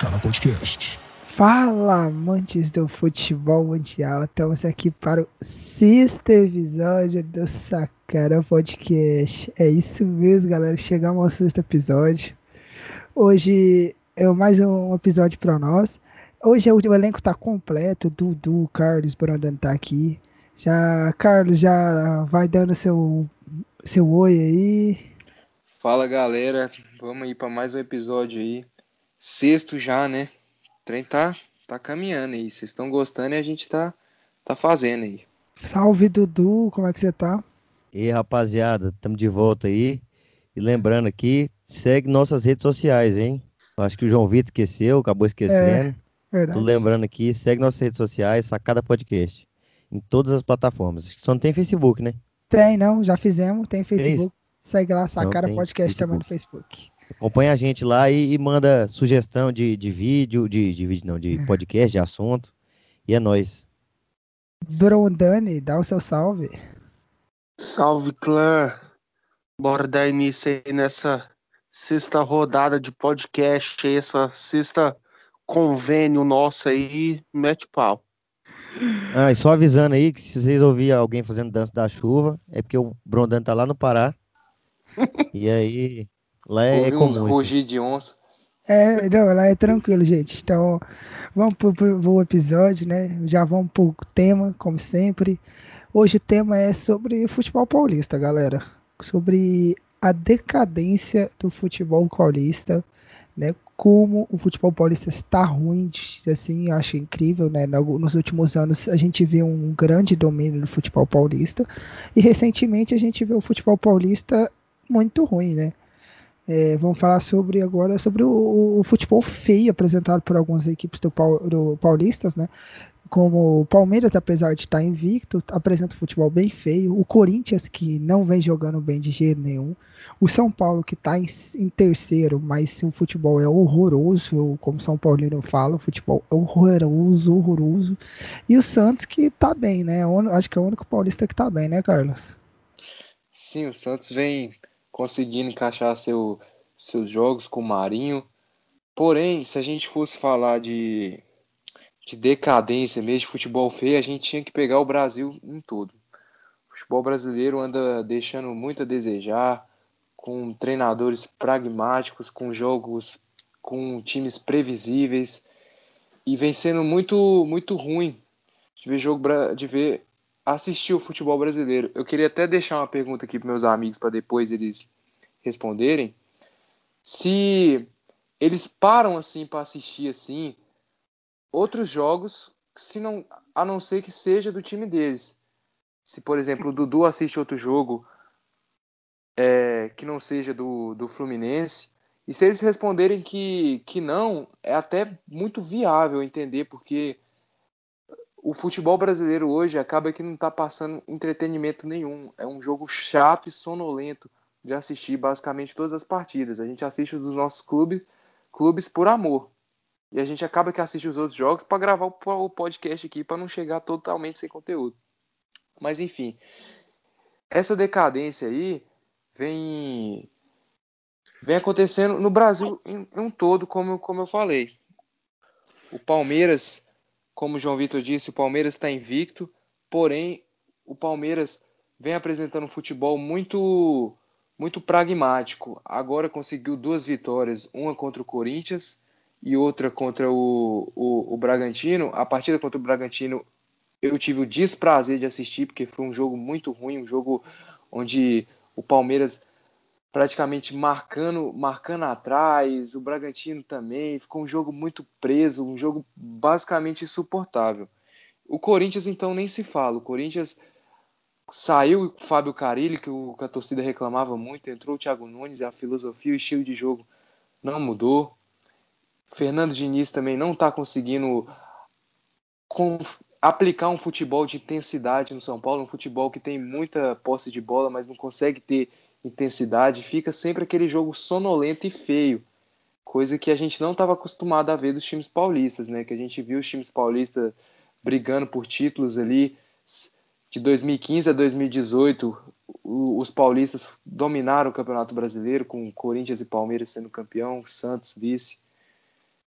Sacara Podcast. Fala, amantes do futebol mundial. Estamos aqui para o sexto episódio do Sacara Podcast. É isso mesmo, galera. Chegamos ao sexto episódio. Hoje é mais um episódio para nós. Hoje o elenco tá completo. Dudu, Carlos, Brandon tá aqui. Carlos, já vai dando seu oi aí. Fala galera, vamos aí para mais um episódio aí. Sexto já, né? O trem tá caminhando aí. Vocês estão gostando e a gente tá fazendo aí. Salve, Dudu. Como é que você tá? E aí, rapaziada, estamos de volta aí. E lembrando aqui, segue nossas redes sociais, hein? Eu acho que o João Vitor esqueceu, acabou É, esquecendo. Tô verdade. lembrando aqui, segue nossas redes sociais, Sacada Podcast. Em todas as plataformas. Acho que só não tem Facebook, né? Tem, não, já fizemos, tem É isso? Facebook. Segue lá, Então Sacara tem Podcast também no Facebook. Facebook. Acompanha a gente lá e manda sugestão de vídeo, de vídeo não, de podcast, de assunto. E é nóis. Brondani, dá o seu salve. Salve, clã! Bora dar início aí nessa sexta rodada de podcast, aí, essa sexta convênio nosso aí, mete pau. Ah, e só avisando aí que se vocês ouvirem alguém fazendo dança da chuva, é porque o Brondano tá lá no Pará. E aí, lá é Ouvi uns comum isso. rugir de onça. É, não, lá é tranquilo, gente. Então, vamos pro episódio, né? Já vamos pro tema, como sempre. Hoje o tema é sobre futebol paulista, galera. Sobre a decadência do futebol paulista, né? Como o futebol paulista está ruim, assim, eu acho incrível, né? Nos últimos anos a gente vê um grande domínio do futebol paulista e recentemente a gente vê o futebol paulista muito ruim, né? Vamos falar agora sobre o futebol feio apresentado por algumas equipes do Paulistas, né? Como o Palmeiras, apesar de estar invicto, apresenta um futebol bem feio. O Corinthians, que não vem jogando bem de jeito nenhum. O São Paulo, que está em terceiro, mas o futebol é horroroso, como São Paulino fala, o futebol é horroroso, horroroso. E o Santos, que está bem, né? Acho que é o único paulista que está bem, né, Carlos? Sim, o Santos vem conseguindo encaixar seus jogos com o Marinho. Porém, se a gente fosse falar de decadência mesmo, de futebol feio, a gente tinha que pegar o Brasil em todo. O futebol brasileiro anda deixando muito a desejar, com treinadores pragmáticos, com jogos, com times previsíveis, e vem sendo muito ruim de ver assistir o futebol brasileiro. Eu queria até deixar uma pergunta aqui para meus amigos para depois eles responderem. Se eles param assim para assistir assim outros jogos, se não, a não ser que seja do time deles. Se, por exemplo, o Dudu assiste outro jogo que não seja do Fluminense. E se eles responderem que não, é até muito viável entender, porque o futebol brasileiro hoje acaba que não está passando entretenimento nenhum. É um jogo chato e sonolento de assistir basicamente todas as partidas. A gente assiste os dos nossos clubes por amor. E a gente acaba que assiste os outros jogos para gravar o podcast aqui, para não chegar totalmente sem conteúdo. Mas enfim, essa decadência aí vem vem acontecendo no Brasil em um todo, como eu falei. O Palmeiras, como o João Vitor disse, o Palmeiras está invicto, porém o Palmeiras vem apresentando um futebol muito pragmático. Agora conseguiu duas vitórias, uma contra o Corinthians e outra contra o Bragantino. A partida contra o Bragantino eu tive o desprazer de assistir, porque foi um jogo muito ruim, um jogo onde o Palmeiras praticamente marcando atrás, o Bragantino também, ficou um jogo muito preso, um jogo basicamente insuportável. O Corinthians então nem se fala, o Corinthians saiu o Fábio Carille, que a torcida reclamava muito, entrou o Thiago Nunes e a filosofia, o estilo de jogo não mudou. Fernando Diniz também não está conseguindo aplicar um futebol de intensidade no São Paulo, um futebol que tem muita posse de bola, mas não consegue ter intensidade, fica sempre aquele jogo sonolento e feio, coisa que a gente não estava acostumado a ver dos times paulistas, né? Que a gente viu os times paulistas brigando por títulos ali de 2015 a 2018, os paulistas dominaram o Campeonato Brasileiro com Corinthians e Palmeiras sendo campeão, Santos vice.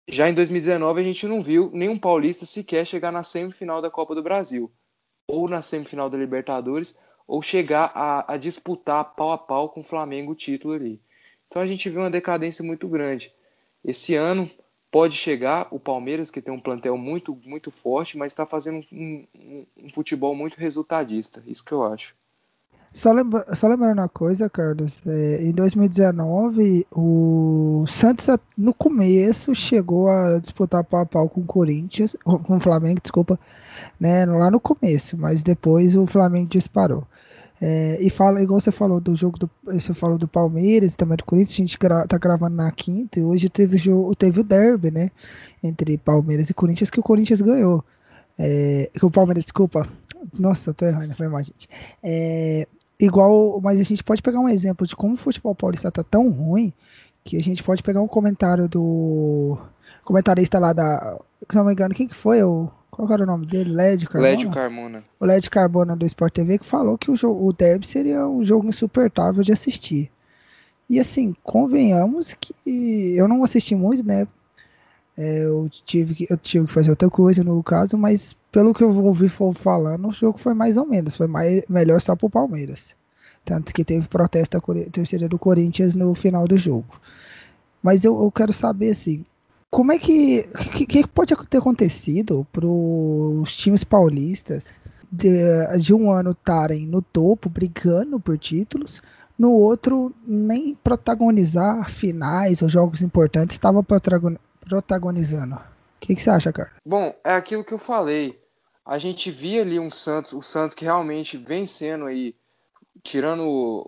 Já em 2019 a gente não viu nenhum paulista sequer chegar na semifinal da Copa do Brasil, ou na semifinal da Libertadores, ou chegar a disputar pau a pau com o Flamengo o título ali. Então a gente viu uma decadência muito grande. Esse ano pode chegar o Palmeiras, que tem um plantel muito, muito forte, mas está fazendo um futebol muito resultadista. Isso que eu acho. Só lembrando uma coisa, Carlos, em 2019, o Santos, no começo, chegou a disputar pau a pau com o Corinthians, com o Flamengo, desculpa, né, lá no começo, mas depois o Flamengo disparou. E fala, igual você falou do jogo você falou do Palmeiras e também do Corinthians, a gente tá gravando na quinta e hoje teve o derby, né, entre Palmeiras e Corinthians, que o Corinthians ganhou. Que o Palmeiras, desculpa, nossa, eu tô errando, foi mal, gente. Igual, mas a gente pode pegar um exemplo de como o futebol paulista tá tão ruim que a gente pode pegar um comentário do comentarista lá se não me engano, quem que foi? Qual que era o nome dele? Led Lédio Carmona? Carmona. O Led Carbona do Sport TV que falou que o derby seria um jogo insuportável de assistir. E assim, convenhamos que eu não assisti muito, né? Eu tive que fazer outra coisa no caso, mas pelo que eu ouvi falando, o jogo foi mais ou menos, melhor só pro Palmeiras. Tanto que teve protesto da torcida do Corinthians no final do jogo. Mas eu quero saber assim, como é que pode ter acontecido para os times paulistas de um ano estarem no topo, brigando por títulos, no outro nem protagonizar finais ou jogos importantes estava protagonizando. O que você acha, cara? Bom, é aquilo que eu falei. A gente via ali o Santos que realmente vem sendo aí, tirando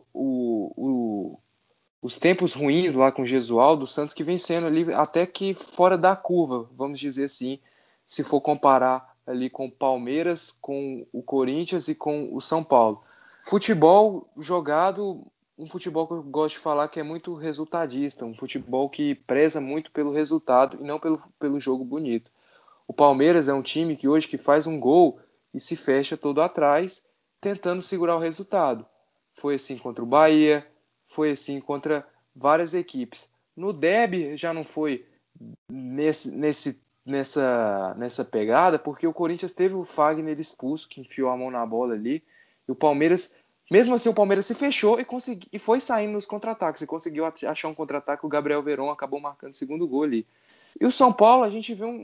os tempos ruins lá com o Gesualdo, o Santos que vem sendo ali até que fora da curva, vamos dizer assim, se for comparar ali com o Palmeiras, com o Corinthians e com o São Paulo. Futebol jogado, um futebol que eu gosto de falar que é muito resultadista, um futebol que preza muito pelo resultado e não pelo jogo bonito. O Palmeiras é um time que hoje que faz um gol e se fecha todo atrás, tentando segurar o resultado. Foi assim contra o Bahia, foi assim contra várias equipes. No derby já não foi nessa pegada, porque o Corinthians teve o Fagner expulso, que enfiou a mão na bola ali, e o Palmeiras, mesmo assim, o Palmeiras se fechou e foi saindo nos contra-ataques, e conseguiu achar um contra-ataque, o Gabriel Veron acabou marcando o segundo gol ali. E o São Paulo, a gente vê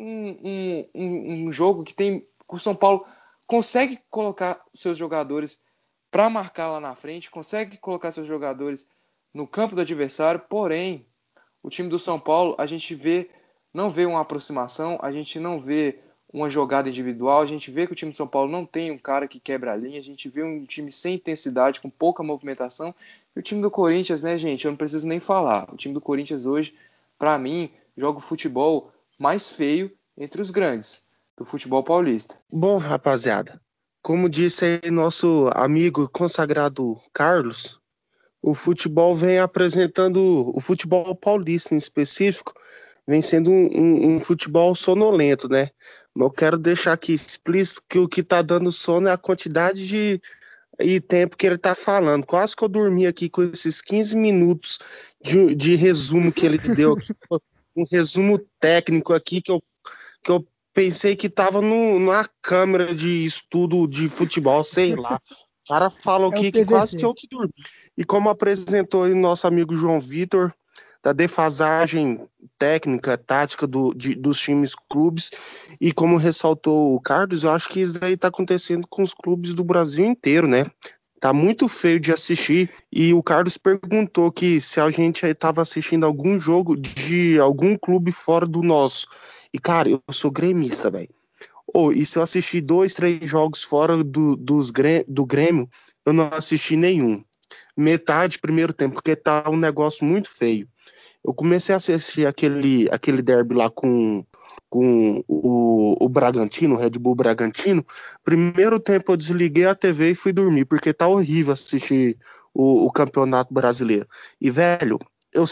um jogo que tem. O São Paulo consegue colocar seus jogadores para marcar lá na frente, consegue colocar seus jogadores no campo do adversário, porém, o time do São Paulo, a gente não vê uma aproximação, a gente não vê uma jogada individual, a gente vê que o time do São Paulo não tem um cara que quebra a linha, a gente vê um time sem intensidade, com pouca movimentação. E o time do Corinthians, né, gente, eu não preciso nem falar. O time do Corinthians hoje, para mim, joga o futebol mais feio entre os grandes do futebol paulista. Bom, rapaziada, como disse aí nosso amigo consagrado Carlos, o futebol vem apresentando, o futebol paulista em específico, vem sendo um futebol sonolento, né? Mas eu quero deixar aqui explícito que o que tá dando sono é a quantidade e tempo que ele tá falando. Quase que eu dormi aqui com esses 15 minutos de resumo que ele deu aqui. Um resumo técnico aqui que eu pensei que tava numa câmera de estudo de futebol, sei lá. O cara falou É o aqui que quase que PVC. eu que dormi. E como apresentou aí nosso amigo João Vitor, da defasagem técnica, tática dos times clubes, e como ressaltou o Carlos, eu acho que isso daí tá acontecendo com os clubes do Brasil inteiro, né? Tá muito feio de assistir. E o Carlos perguntou que se a gente aí tava assistindo algum jogo de algum clube fora do nosso. E, cara, eu sou gremista, velho. E se eu assistir 2, 3 jogos fora do Grêmio, eu não assisti nenhum. Metade, primeiro tempo, porque tá um negócio muito feio. Eu comecei a assistir aquele derby lá com o Bragantino, o Red Bull Bragantino. Primeiro tempo eu desliguei a TV e fui dormir, porque tá horrível assistir o Campeonato Brasileiro. E, velho,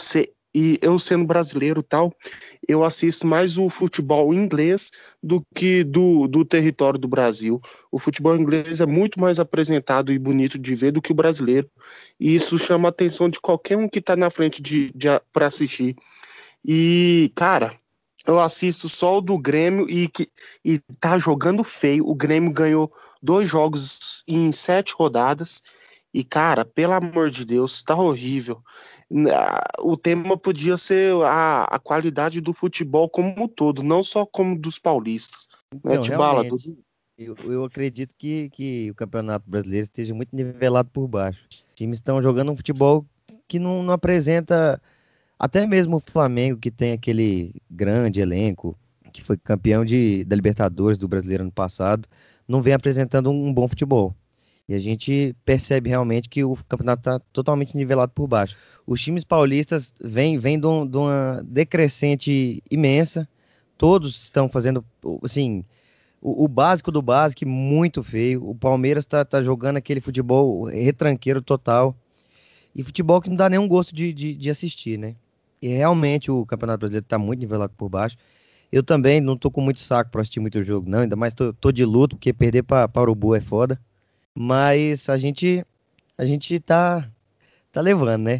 eu sendo brasileiro e tal, eu assisto mais o futebol inglês do que do território do Brasil. O futebol inglês é muito mais apresentado e bonito de ver do que o brasileiro. E isso chama a atenção de qualquer um que tá na frente para assistir. E, cara, Eu assisto só o do Grêmio e tá jogando feio. O Grêmio ganhou 2 jogos em 7 rodadas. E, cara, pelo amor de Deus, tá horrível. O tema podia ser a qualidade do futebol como um todo, não só como dos paulistas. Né, Então, Tibala? realmente, eu acredito que o Campeonato Brasileiro esteja muito nivelado por baixo. Os times estão jogando um futebol que não apresenta, até mesmo o Flamengo, que tem aquele grande elenco, que foi campeão da Libertadores do Brasileiro ano passado, não vem apresentando um bom futebol. E a gente percebe realmente que o campeonato está totalmente nivelado por baixo. Os times paulistas vêm de uma decrescente imensa. Todos estão fazendo, assim, o básico do básico, muito feio. O Palmeiras tá jogando aquele futebol retranqueiro total. E futebol que não dá nenhum gosto de assistir, né? E realmente o Campeonato Brasileiro tá muito nivelado por baixo. Eu também não tô com muito saco pra assistir muito jogo, não. Ainda mais tô de luto, porque perder pra Urubu é foda. Mas a gente tá levando, né?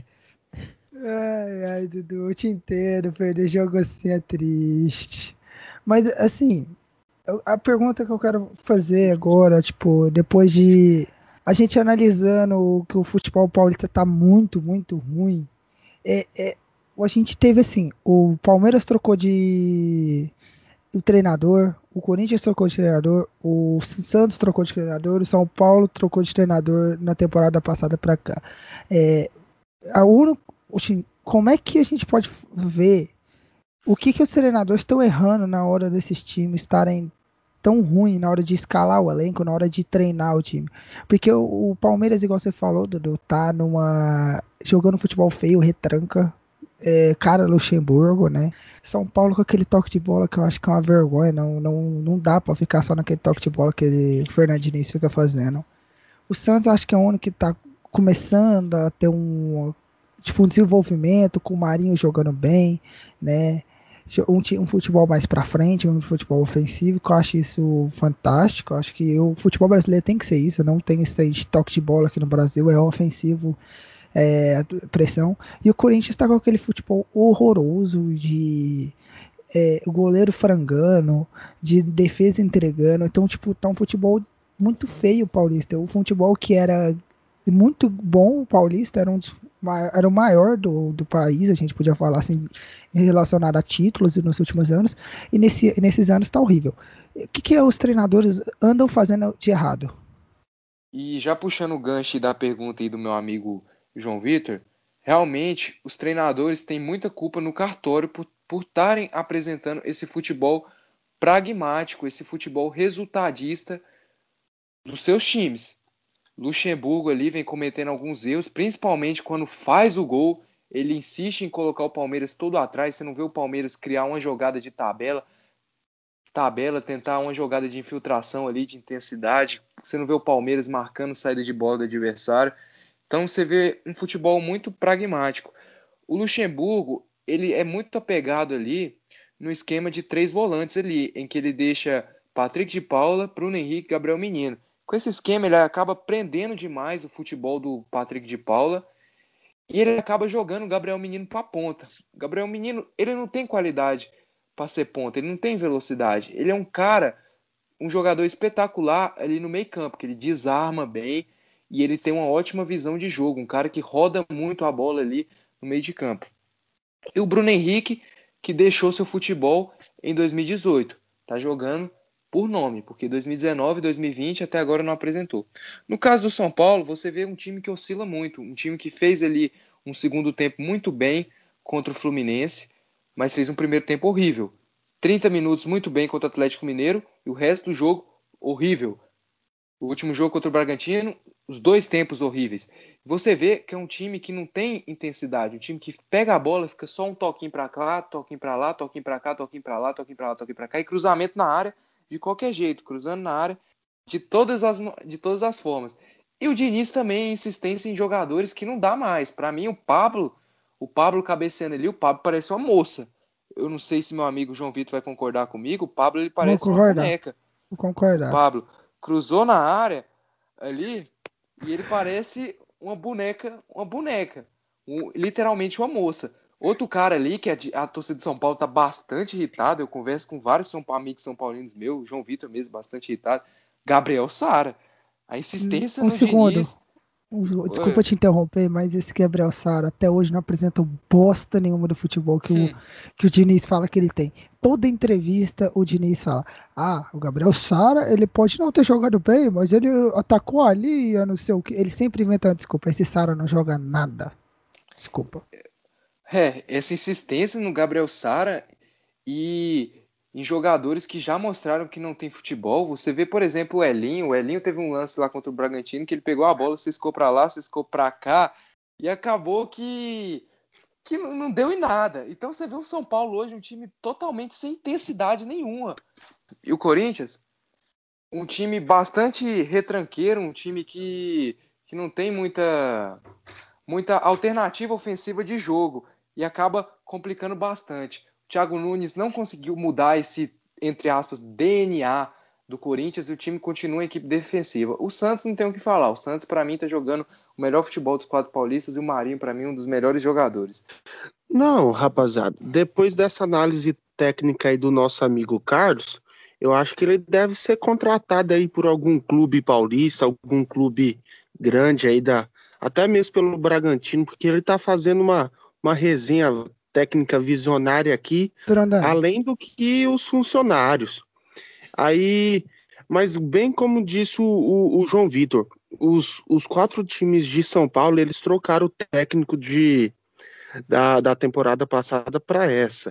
Ai, ai, Dudu, eu te entendo, perder jogo assim é triste. Mas, assim, a pergunta que eu quero fazer agora, tipo, depois de a gente analisando que o futebol paulista tá muito, muito ruim, é, a gente teve assim, o Palmeiras trocou de o treinador, o Corinthians trocou de treinador, o Santos trocou de treinador, o São Paulo trocou de treinador na temporada passada pra cá. É, a único, assim, como é que a gente pode ver o que os treinadores estão errando na hora desses times estarem tão ruim na hora de escalar o elenco, na hora de treinar o time? Porque o Palmeiras, igual você falou, Dudu, tá jogando futebol feio, retranca, cara Luxemburgo, né? São Paulo com aquele toque de bola que eu acho que é uma vergonha, não dá pra ficar só naquele toque de bola que o Fernando Diniz fica fazendo. O Santos acho que é o único que tá começando a ter um desenvolvimento com o Marinho jogando bem, né? Um futebol mais pra frente, um futebol ofensivo, que eu acho isso fantástico. Eu acho que o futebol brasileiro tem que ser isso, não tem esse de toque de bola aqui no Brasil, é ofensivo, pressão. E o Corinthians tá com aquele futebol horroroso o goleiro frangando, de defesa entregando. Então, tipo, tá um futebol muito feio o Paulista. O futebol que era muito bom, o Paulista era o maior do país, a gente podia falar assim, relacionado a títulos nos últimos anos, e nesses anos tá horrível. O que os treinadores andam fazendo de errado? E já puxando o gancho da pergunta aí do meu amigo João Vitor, realmente os treinadores têm muita culpa no cartório por estarem apresentando esse futebol pragmático, esse futebol resultadista dos seus times. Luxemburgo ali vem cometendo alguns erros, principalmente quando faz o gol, ele insiste em colocar o Palmeiras todo atrás, você não vê o Palmeiras criar uma jogada de tabela, tentar uma jogada de infiltração ali, de intensidade, você não vê o Palmeiras marcando saída de bola do adversário, então você vê um futebol muito pragmático. O Luxemburgo, ele é muito apegado ali no esquema de três volantes ali, em que ele deixa Patrick de Paula, Bruno Henrique e Gabriel Menino. Com esse esquema, ele acaba prendendo demais o futebol do Patrick de Paula e ele acaba jogando o Gabriel Menino para a ponta. O Gabriel Menino, ele não tem qualidade para ser ponta, ele não tem velocidade. Ele é um cara, um jogador espetacular ali no meio-campo, que ele desarma bem e ele tem uma ótima visão de jogo, um cara que roda muito a bola ali no meio de campo. E o Bruno Henrique, que deixou seu futebol em 2018. Tá jogando por nome, porque 2019 e 2020 até agora não apresentou. No caso do São Paulo, você vê um time que oscila muito, um time que fez ali um segundo tempo muito bem contra o Fluminense, mas fez um primeiro tempo horrível. 30 minutos muito bem contra o Atlético Mineiro e o resto do jogo horrível. O último jogo contra o Bragantino, os dois tempos horríveis. Você vê que é um time que não tem intensidade, um time que pega a bola, fica só um toquinho para cá, toquinho para lá, toquinho para cá, toquinho para lá, toquinho para lá, toquinho para cá, e cruzamento na área de qualquer jeito, cruzando na área de todas as formas. E o Diniz também insistência em jogadores que não dá mais. Para mim, o Pablo cabeceando ali, o Pablo parece uma moça. Eu não sei se meu amigo João Vitor vai concordar comigo, o Pablo ele Vou parece uma concordar, boneca. vou O concordar. Pablo cruzou na área ali e ele parece uma boneca, literalmente uma moça. Outro cara ali, que a torcida de São Paulo tá bastante irritada, eu converso com vários amigos são paulinos meus, o João Vitor mesmo, bastante irritado, Gabriel Sara. A insistência Um no segundo. Diniz... Desculpa te interromper, mas esse Gabriel Sara até hoje não apresentou bosta nenhuma do futebol que o Diniz fala que ele tem. Toda entrevista o Diniz fala: Ah, o Gabriel Sara, ele pode não ter jogado bem, mas ele atacou ali, eu não sei o que. Ele sempre inventa uma desculpa. Esse Sara não joga nada. Desculpa. Essa insistência no Gabriel Sara e em jogadores que já mostraram que não tem futebol. Você vê, por exemplo, o Elinho teve um lance lá contra o Bragantino que ele pegou a bola, ciscou pra lá, ciscou pra cá e acabou que não deu em nada. Então você vê o São Paulo hoje um time totalmente sem intensidade nenhuma. E o Corinthians, um time bastante retranqueiro, um time que não tem muita alternativa ofensiva de jogo e acaba complicando bastante. O Thiago Nunes não conseguiu mudar esse, entre aspas, DNA do Corinthians e o time continua em equipe defensiva. O Santos não tem o que falar. O Santos, para mim, está jogando o melhor futebol dos quatro paulistas e o Marinho, para mim, um dos melhores jogadores. Não, rapaziada, depois dessa análise técnica aí do nosso amigo Carlos, eu acho que ele deve ser contratado aí por algum clube paulista, algum clube grande aí até mesmo pelo Bragantino, porque ele tá fazendo uma resenha técnica visionária aqui, Brandão, além do que os funcionários. Aí, mas bem como disse o João Vitor, os quatro times de São Paulo, eles trocaram o técnico da temporada passada para essa.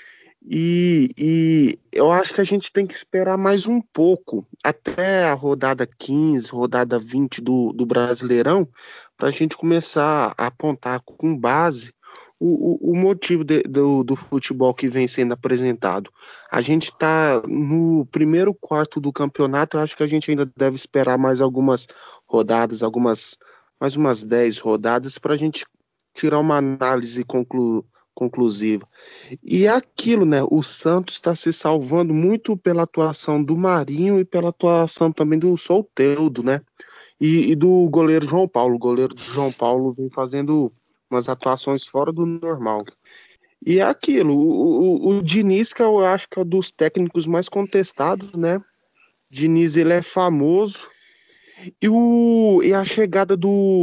E eu acho que a gente tem que esperar mais um pouco, até a rodada 15, rodada 20 do Brasileirão, para a gente começar a apontar com base o motivo do futebol que vem sendo apresentado. A gente está no primeiro quarto do campeonato, eu acho que a gente ainda deve esperar mais algumas rodadas, mais umas 10 rodadas, para a gente tirar uma análise conclusiva. E é aquilo, né? O Santos está se salvando muito pela atuação do Marinho e pela atuação também do Soteldo, né? E do goleiro João Paulo. O goleiro João Paulo vem fazendo umas atuações fora do normal. E é aquilo, o Diniz, que eu acho que é um dos técnicos mais contestados, né? Diniz, ele é famoso. E a chegada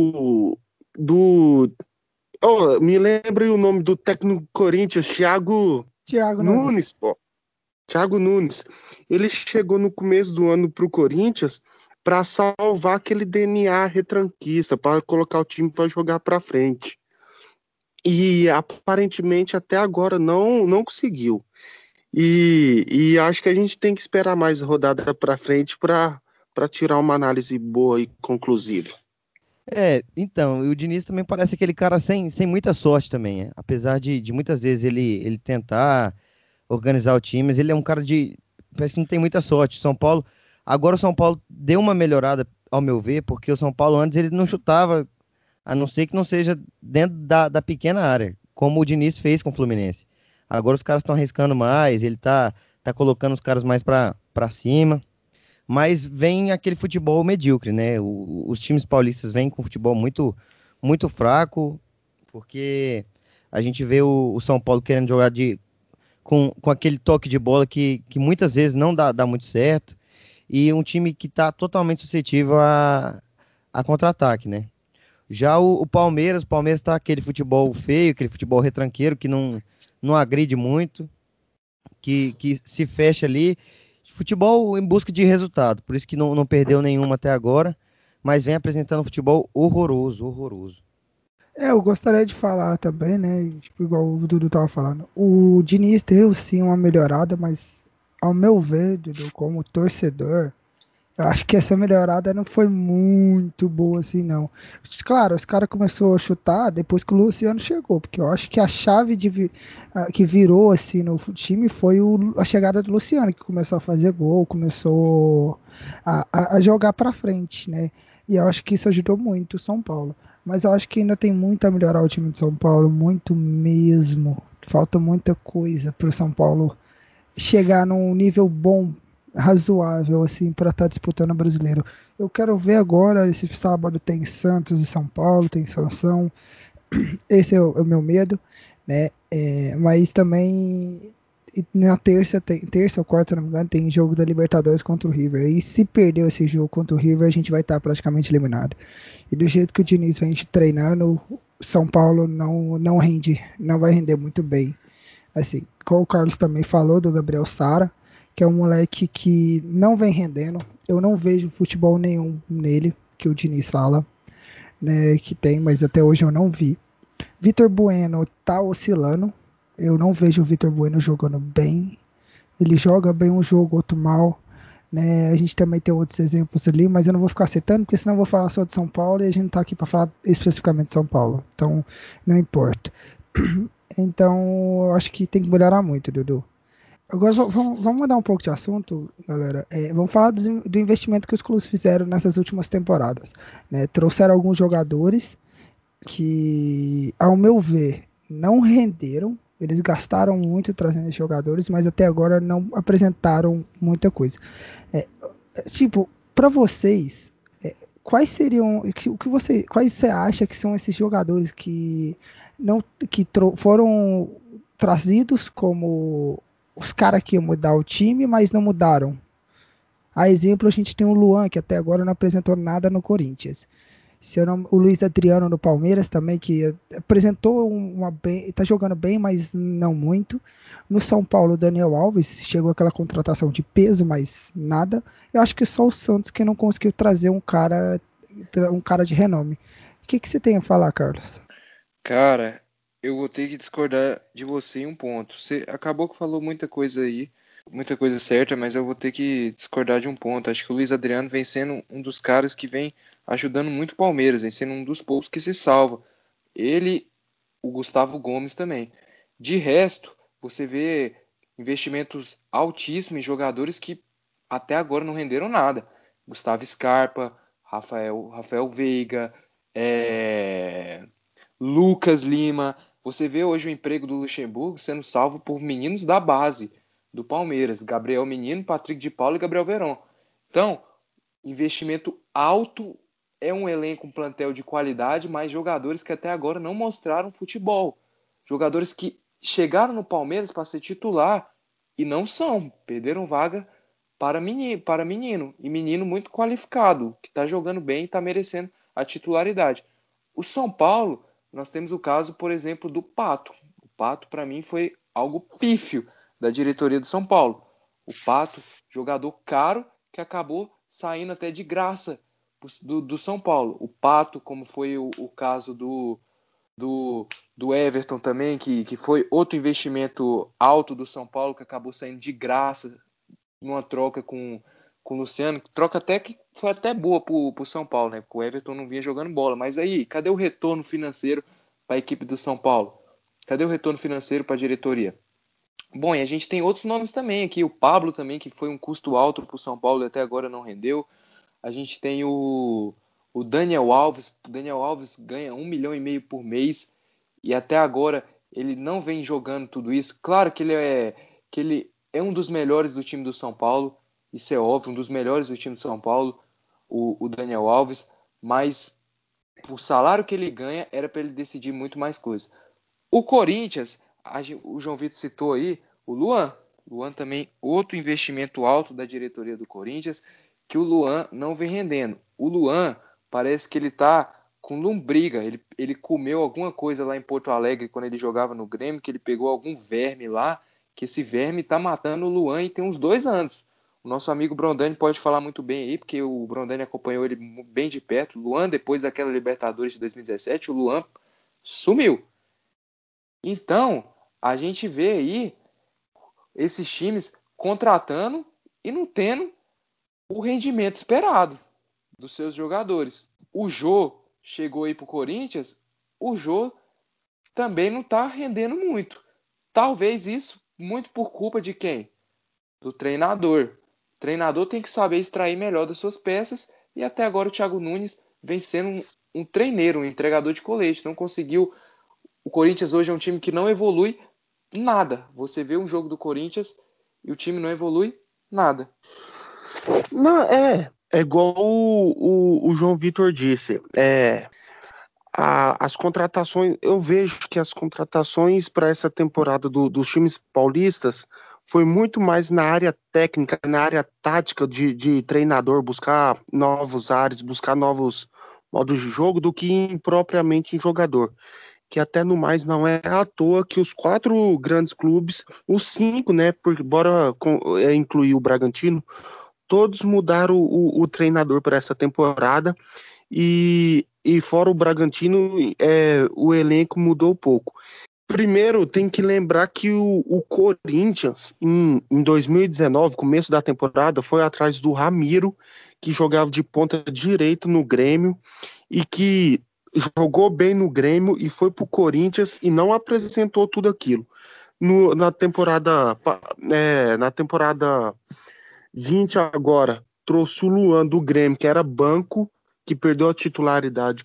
do Oh, me lembre o nome do técnico do Corinthians, Thiago Thiago Nunes. Nunes, pô. Thiago Nunes. Ele chegou no começo do ano pro Corinthians para salvar aquele DNA retranquista, para colocar o time para jogar para frente. E aparentemente até agora não conseguiu. E acho que a gente tem que esperar mais rodada para frente para tirar uma análise boa e conclusiva. Então, e o Diniz também parece aquele cara sem muita sorte também, apesar de muitas vezes ele tentar organizar o time, mas ele é um cara parece que não tem muita sorte. Agora o São Paulo deu uma melhorada, ao meu ver, porque o São Paulo antes ele não chutava, a não ser que não seja dentro da pequena área, como o Diniz fez com o Fluminense. Agora os caras estão arriscando mais, ele tá colocando os caras mais pra cima. Mas vem aquele futebol medíocre, né? Os times paulistas vêm com futebol muito fraco, porque a gente vê o São Paulo querendo jogar com aquele toque de bola que muitas vezes não dá muito certo, e um time que está totalmente suscetível a contra-ataque, né? Já o Palmeiras está aquele futebol feio, aquele futebol retranqueiro que não agride muito, que se fecha ali. Futebol em busca de resultado, por isso que não perdeu nenhuma até agora, mas vem apresentando um futebol horroroso, horroroso. Eu gostaria de falar também, né? Tipo, igual o Dudu tava falando. O Diniz teve sim uma melhorada, mas ao meu ver, Dudu, como torcedor, eu acho que essa melhorada não foi muito boa assim, não. Claro, os caras começaram a chutar depois que o Luciano chegou, porque eu acho que a chave que virou assim no time foi a chegada do Luciano, que começou a fazer gol, começou a jogar pra frente, né? E eu acho que isso ajudou muito o São Paulo. Mas eu acho que ainda tem muito a melhorar o time de São Paulo, muito mesmo. Falta muita coisa para o São Paulo chegar num nível bom, razoável, assim, para estar disputando o brasileiro. Eu quero ver agora, esse sábado tem Santos e São Paulo, tem Sansão, esse é o meu medo. né? Mas também na terça ou quarta, se não me engano, tem jogo da Libertadores contra o River. E se perder esse jogo contra o River, a gente vai estar praticamente eliminado. E do jeito que o Diniz vem treinando, o São Paulo não rende, não vai render muito bem. Assim, como o Carlos também falou do Gabriel Sara, que é um moleque que não vem rendendo. Eu não vejo futebol nenhum nele, que o Diniz fala, né, que tem, mas até hoje eu não vi. Vitor Bueno tá oscilando. Eu não vejo o Vitor Bueno jogando bem. Ele joga bem um jogo, outro mal. Né? A gente também tem outros exemplos ali, mas eu não vou ficar citando, porque senão eu vou falar só de São Paulo e a gente não tá aqui para falar especificamente de São Paulo. Então, não importa. Então, eu acho que tem que melhorar muito, Dudu. Agora, vamos mudar um pouco de assunto, galera. Vamos falar do investimento que os clubes fizeram nessas últimas temporadas. Né? Trouxeram alguns jogadores que, ao meu ver, não renderam. Eles gastaram muito trazendo esses jogadores, mas até agora não apresentaram muita coisa. É, tipo, para vocês, quais seriam, quais você acha que são esses jogadores que não, foram trazidos como os caras que iam mudar o time, mas não mudaram? A exemplo, a gente tem o Luan, que até agora não apresentou nada no Corinthians. Se eu não, o Luiz Adriano no Palmeiras também, que apresentou uma bem, tá jogando bem, mas não muito. No São Paulo, o Daniel Alves chegou aquela contratação de peso, mas nada. Eu acho que só o Santos que não conseguiu trazer um cara de renome. O que você tem a falar, Carlos? Cara, eu vou ter que discordar de você em um ponto. Você acabou que falou muita coisa aí, muita coisa certa, mas eu vou ter que discordar de um ponto. Acho que o Luiz Adriano vem sendo um dos caras que vem ajudando muito o Palmeiras, vem sendo um dos poucos que se salva. Ele, o Gustavo Gomes também. De resto, você vê investimentos altíssimos em jogadores que até agora não renderam nada. Gustavo Scarpa, Rafael Veiga, Lucas Lima. Você vê hoje o emprego do Luxemburgo sendo salvo por meninos da base do Palmeiras. Gabriel Menino, Patrick de Paula e Gabriel Veron. Então, investimento alto, é um elenco, um plantel de qualidade, mas jogadores que até agora não mostraram futebol. Jogadores que chegaram no Palmeiras para ser titular e não são. Perderam vaga para menino. E menino muito qualificado, que está jogando bem e está merecendo a titularidade. O São Paulo, nós temos o caso, por exemplo, do Pato. O Pato, para mim, foi algo pífio da diretoria do São Paulo. O Pato, jogador caro, que acabou saindo até de graça do São Paulo. O Pato, como foi o caso do, do Everton também, que foi outro investimento alto do São Paulo, que acabou saindo de graça numa troca com o Luciano, troca até que foi até boa pro São Paulo, né? Porque o Everton não vinha jogando bola. Mas aí, cadê o retorno financeiro para a equipe do São Paulo? Cadê o retorno financeiro para a diretoria? Bom, e a gente tem outros nomes também aqui. O Pablo também, que foi um custo alto para o São Paulo e até agora não rendeu. A gente tem o Daniel Alves. O Daniel Alves ganha 1,5 milhão por mês e até agora ele não vem jogando tudo isso. Claro que ele é um dos melhores do time do São Paulo, isso é óbvio, um dos melhores do time do São Paulo, o Daniel Alves, mas o salário que ele ganha era para ele decidir muito mais coisas. O Corinthians, o João Vitor citou aí, o Luan. Luan também, outro investimento alto da diretoria do Corinthians, que o Luan não vem rendendo. O Luan parece que ele tá com lombriga. Ele comeu alguma coisa lá em Porto Alegre quando ele jogava no Grêmio, que ele pegou algum verme lá, que esse verme tá matando o Luan e tem uns 2 anos. O nosso amigo Brondani pode falar muito bem aí, porque o Brondani acompanhou ele bem de perto. O Luan, depois daquela Libertadores de 2017, o Luan sumiu. Então, a gente vê aí esses times contratando e não tendo o rendimento esperado dos seus jogadores. O Jô chegou aí para o Corinthians, o Jô também não está rendendo muito. Talvez isso muito por culpa de quem? Do treinador. O treinador tem que saber extrair melhor das suas peças e até agora o Thiago Nunes vem sendo um treineiro, um entregador de colete. Não conseguiu. O Corinthians hoje é um time que não evolui nada. Você vê um jogo do Corinthians e o time não evolui nada. Não, é igual o João Vitor disse. as contratações, eu vejo que as contratações para essa temporada dos times paulistas foi muito mais na área técnica, na área tática de treinador, buscar novos ares, buscar novos modos de jogo, do que propriamente em jogador. Que até no mais não é à toa que os 4 grandes clubes, os 5, né, porque bora incluir o Bragantino, todos mudaram o treinador para essa temporada e fora o Bragantino, o elenco mudou pouco. Primeiro, tem que lembrar que o Corinthians, em 2019, começo da temporada, foi atrás do Ramiro, que jogava de ponta direita no Grêmio e que jogou bem no Grêmio e foi pro Corinthians e não apresentou tudo aquilo. Na temporada 20 agora, trouxe o Luan do Grêmio, que era banco, que perdeu a titularidade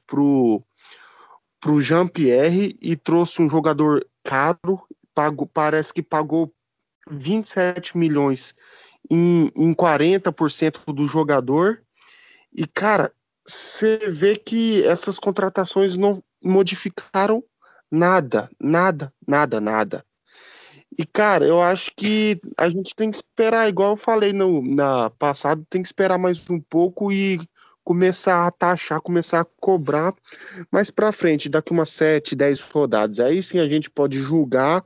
pro Jean-Pierre e trouxe um jogador caro, parece que pagou 27 milhões em 40% do jogador. E, cara, você vê que essas contratações não modificaram nada, nada, nada, nada. E, cara, eu acho que a gente tem que esperar, igual eu falei na passada, tem que esperar mais um pouco e começar a taxar, começar a cobrar mais pra frente, daqui umas 7, 10 rodadas. Aí sim a gente pode julgar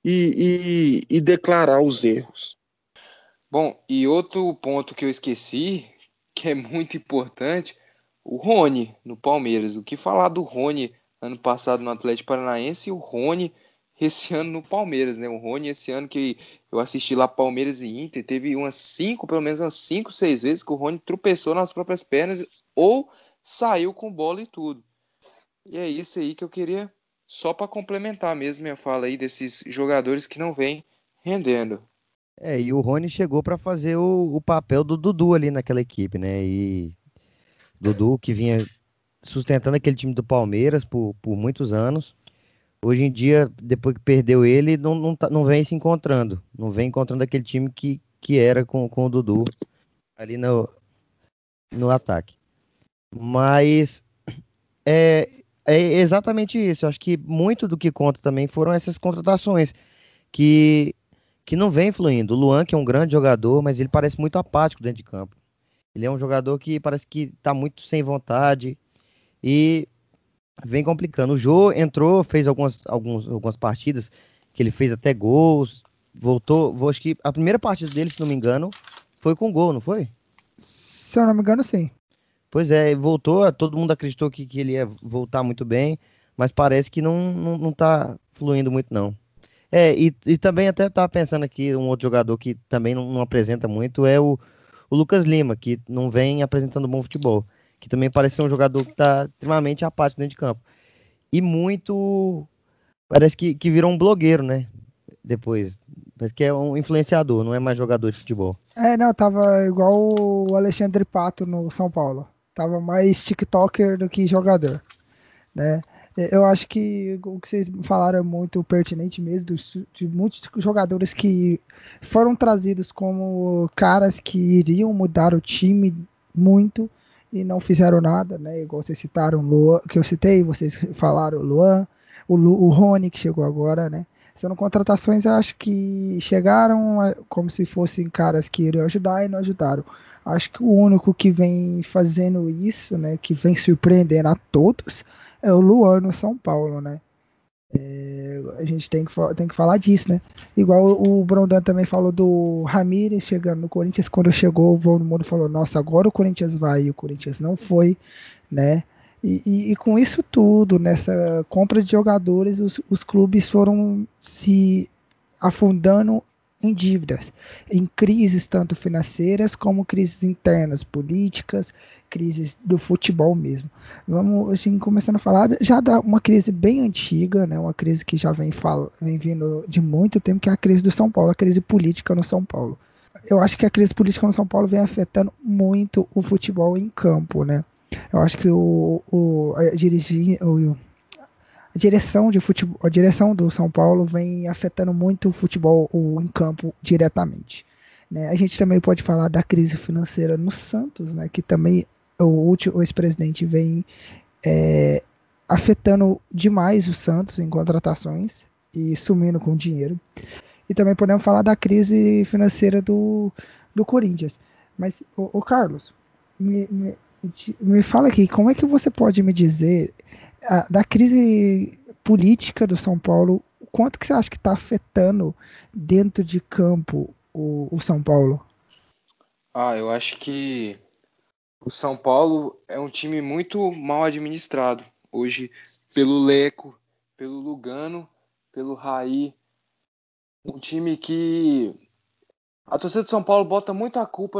e declarar os erros. Bom, e outro ponto que eu esqueci, que é muito importante, o Rony no Palmeiras. O que falar do Rony ano passado no Atlético Paranaense e o Rony esse ano no Palmeiras, né? O Rony esse ano que eu assisti lá Palmeiras e Inter, teve pelo menos umas 5, 6 vezes que o Rony tropeçou nas próprias pernas ou saiu com bola e tudo. E é isso aí que eu queria só para complementar mesmo minha fala aí desses jogadores que não vêm rendendo. E o Rony chegou para fazer o papel do Dudu ali naquela equipe, né? E Dudu que vinha sustentando aquele time do Palmeiras por muitos anos. Hoje em dia, depois que perdeu ele, não vem se encontrando. Não vem encontrando aquele time que era com o Dudu ali no ataque. Mas é exatamente isso. Eu acho que muito do que conta também foram essas contratações que, que não vem fluindo. O Luan, que é um grande jogador, mas ele parece muito apático dentro de campo. Ele é um jogador que parece que está muito sem vontade e vem complicando. O Jô entrou, fez algumas partidas que ele fez até gols, voltou. Acho que a primeira partida dele, se não me engano, foi com gol, não foi? Se eu não me engano, sim. Pois é, voltou, todo mundo acreditou que ele ia voltar muito bem, mas parece que não tá fluindo muito, não. E também até tava pensando aqui, um outro jogador que também não apresenta muito é o Lucas Lima, que não vem apresentando bom futebol, que também parece ser um jogador que tá extremamente apático dentro de campo. E muito, parece que virou um blogueiro, né? Depois, parece que é um influenciador, não é mais jogador de futebol. Não, tava igual o Alexandre Pato no São Paulo. Tava mais TikToker do que jogador, né? Eu acho que o que vocês falaram é muito pertinente mesmo, de muitos jogadores que foram trazidos como caras que iriam mudar o time muito e não fizeram nada, né? Igual vocês citaram o Luan, que eu citei, vocês falaram o Luan, o Rony que chegou agora, né? São contratações, eu acho que chegaram como se fossem caras que iriam ajudar e não ajudaram. Acho que o único que vem fazendo isso, né, que vem surpreendendo a todos, é o Luan no São Paulo, né? A gente tem que falar disso, né? Igual o Brondão também falou do Ramírez chegando no Corinthians. Quando chegou, todo mundo falou: Nossa, agora o Corinthians vai. E o Corinthians não foi, né? E com isso tudo, nessa compra de jogadores, os clubes foram se afundando em dívidas, em crises tanto financeiras como crises internas, políticas, crises do futebol mesmo. Vamos assim, começando a falar já da uma crise bem antiga, né, uma crise que já vem vindo de muito tempo, que é a crise do São Paulo, a crise política no São Paulo. Eu acho que a crise política no São Paulo vem afetando muito o futebol em campo, né? Eu acho que a direção de futebol, a direção do São Paulo vem afetando muito o futebol em campo diretamente. Né? A gente também pode falar da crise financeira no Santos, né? Que também o ex-presidente vem afetando demais o Santos em contratações e sumindo com dinheiro. E também podemos falar da crise financeira do Corinthians. Mas, o Carlos, me fala aqui, como é que você pode me dizer da crise política do São Paulo, quanto que você acha que está afetando dentro de campo o São Paulo? Eu acho que o São Paulo é um time muito mal administrado hoje pelo Leco, pelo Lugano, pelo Raí. Um time que a torcida do São Paulo bota muita culpa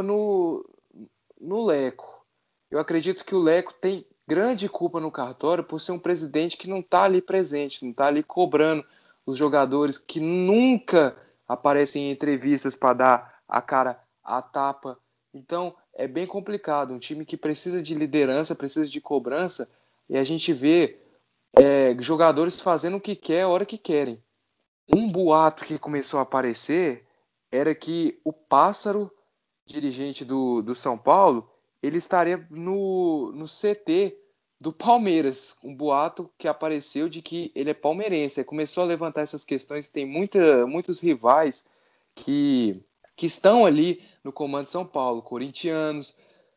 no Leco. Eu acredito que o Leco tem grande culpa no cartório por ser um presidente que não está ali presente, não está ali cobrando os jogadores, que nunca aparecem em entrevistas para dar a cara a tapa. Então é bem complicado. Um time que precisa de liderança, precisa de cobrança, e a gente vê jogadores fazendo o que quer, a hora que querem. Um boato que começou a aparecer era que o Pássaro, dirigente do São Paulo, ele estaria no CT do Palmeiras. Um boato que apareceu de que ele é palmeirense. Aí começou a levantar essas questões. Tem muitos rivais que estão ali no comando de São Paulo. Corintianos,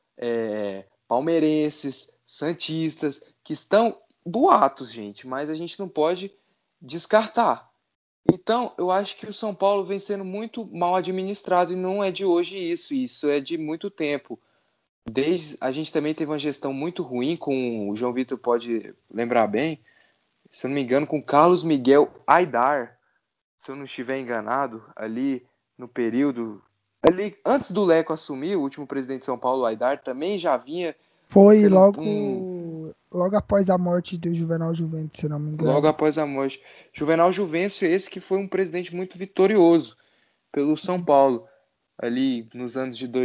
palmeirenses, santistas, que estão boatos, gente. Mas a gente não pode descartar. Então, eu acho que o São Paulo vem sendo muito mal administrado e não é de hoje isso é de muito tempo. A gente também teve uma gestão muito ruim com o João Vitor pode lembrar bem, se eu não me engano, com Carlos Miguel Aidar, se eu não estiver enganado, ali no período ali antes do Leco assumir, o último presidente de São Paulo, Aidar, também já vinha Foi sendo logo após a morte do Juvenal Juventus, se não me logo engano. após a morte. Juvenal Juvencio, esse que foi um presidente muito vitorioso pelo São Paulo, ali nos anos de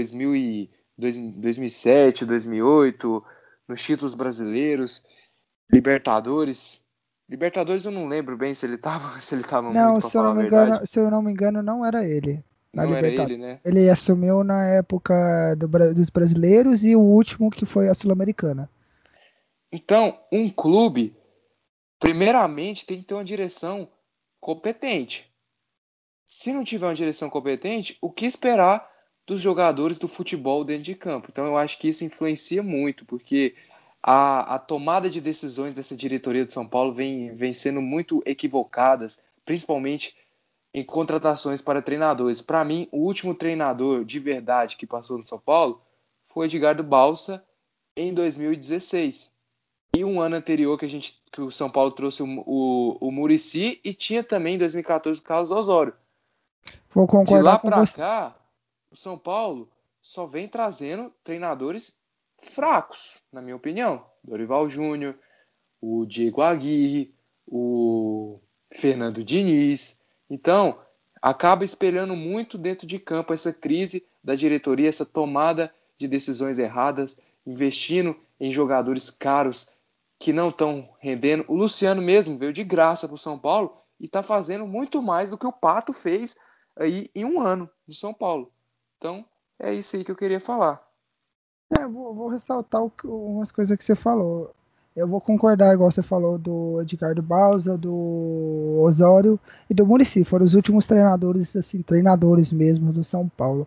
2007, 2008, nos títulos brasileiros, Libertadores. Libertadores eu não lembro bem se ele tava, se ele tava muito, Não, para falar a verdade. se eu não me engano, não era ele na Não era Libertadores. ele, né? Ele assumiu na época dos brasileiros e o último que foi a Sul-Americana. Então, um clube, primeiramente, tem que ter uma direção competente. Se não tiver uma direção competente, o que esperar dos jogadores do futebol dentro de campo? Então eu acho que isso influencia muito, porque a tomada de decisões dessa diretoria de São Paulo vem sendo muito equivocadas, principalmente em contratações para treinadores. Para mim, o último treinador de verdade que passou no São Paulo foi Edgardo Balsa em 2016. E um ano anterior que o São Paulo trouxe o Muricy e tinha também em 2014 o Carlos Osório. Vou De concordar lá com para você. cá, o São Paulo só vem trazendo treinadores fracos, na minha opinião. Dorival Júnior, o Diego Aguirre, o Fernando Diniz. Então, acaba espelhando muito dentro de campo essa crise da diretoria, essa tomada de decisões erradas, investindo em jogadores caros que não estão rendendo. O Luciano mesmo veio de graça para o São Paulo e está fazendo muito mais do que o Pato fez aí em um ano no São Paulo. Então, é isso aí que eu queria falar. Vou ressaltar umas coisas que você falou. Eu vou concordar, igual você falou, do Edgardo Balsa, do Osório e do Muricy. Foram os últimos treinadores, assim, treinadores mesmo do São Paulo.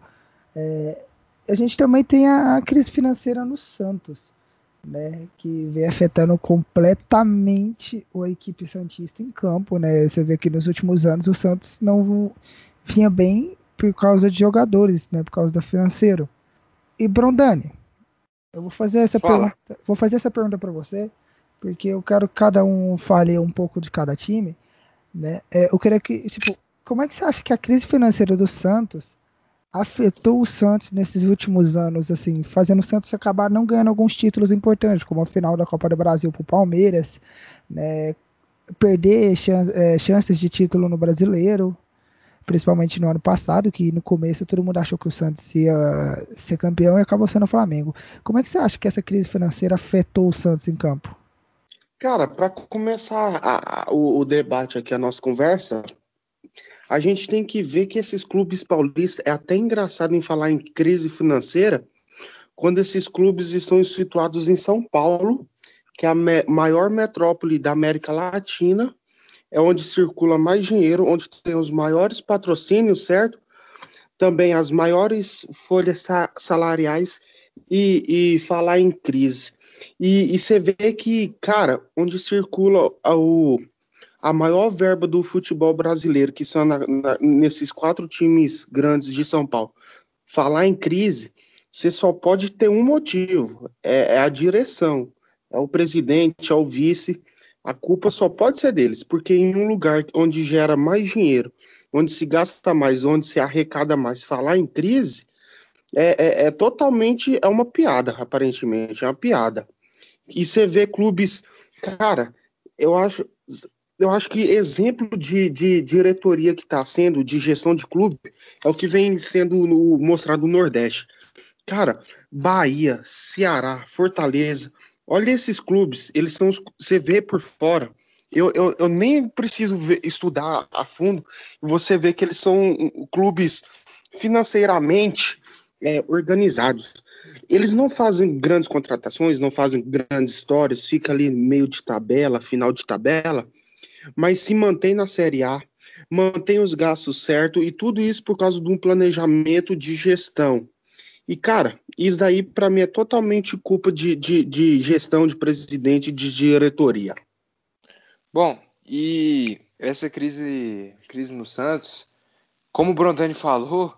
A gente também tem a crise financeira no Santos, né, que vem afetando completamente a equipe santista em campo, né? Você vê que nos últimos anos o Santos não vinha bem por causa de jogadores, né, por causa do financeiro. E Brondani, eu Fala. vou fazer essa pergunta para você, porque eu quero que cada um fale um pouco de cada time, né? Eu queria que, tipo, como é que você acha que a crise financeira do Santos afetou o Santos nesses últimos anos, assim, fazendo o Santos acabar não ganhando alguns títulos importantes, como a final da Copa do Brasil para o Palmeiras, né? Perder chances de título no Brasileiro, principalmente no ano passado, que no começo todo mundo achou que o Santos ia ser campeão e acabou sendo o Flamengo. Como é que você acha que essa crise financeira afetou o Santos em campo? Cara, para começar o debate aqui, a nossa conversa, a gente tem que ver que esses clubes paulistas, é até engraçado em falar em crise financeira, quando esses clubes estão situados em São Paulo que é a maior metrópole da América Latina, é onde circula mais dinheiro, onde tem os maiores patrocínios, certo? Também as maiores folhas salariais e falar em crise. E você vê que, cara, onde circula a maior verba do futebol brasileiro, que são nesses 4 times grandes de São Paulo, falar em crise, você só pode ter um motivo, é a direção, é o presidente, é o vice, a culpa só pode ser deles, porque em um lugar onde gera mais dinheiro, onde se gasta mais, onde se arrecada mais, falar em crise é totalmente, é uma piada, aparentemente, é uma piada. E você vê clubes, cara, eu acho, eu acho que exemplo de diretoria que está sendo, de gestão de clube, é o que vem sendo mostrado no Nordeste. Cara, Bahia, Ceará, Fortaleza, olha esses clubes, eles são, você vê por fora, eu nem preciso estudar a fundo, você vê que eles são clubes financeiramente organizados. Eles não fazem grandes contratações, não fazem grandes histórias, fica ali meio de tabela, final de tabela, mas se mantém na Série A, mantém os gastos certos e tudo isso por causa de um planejamento de gestão. E, cara, isso daí para mim é totalmente culpa de gestão, de presidente, de diretoria. Bom, e essa crise no Santos, como o Brondani falou,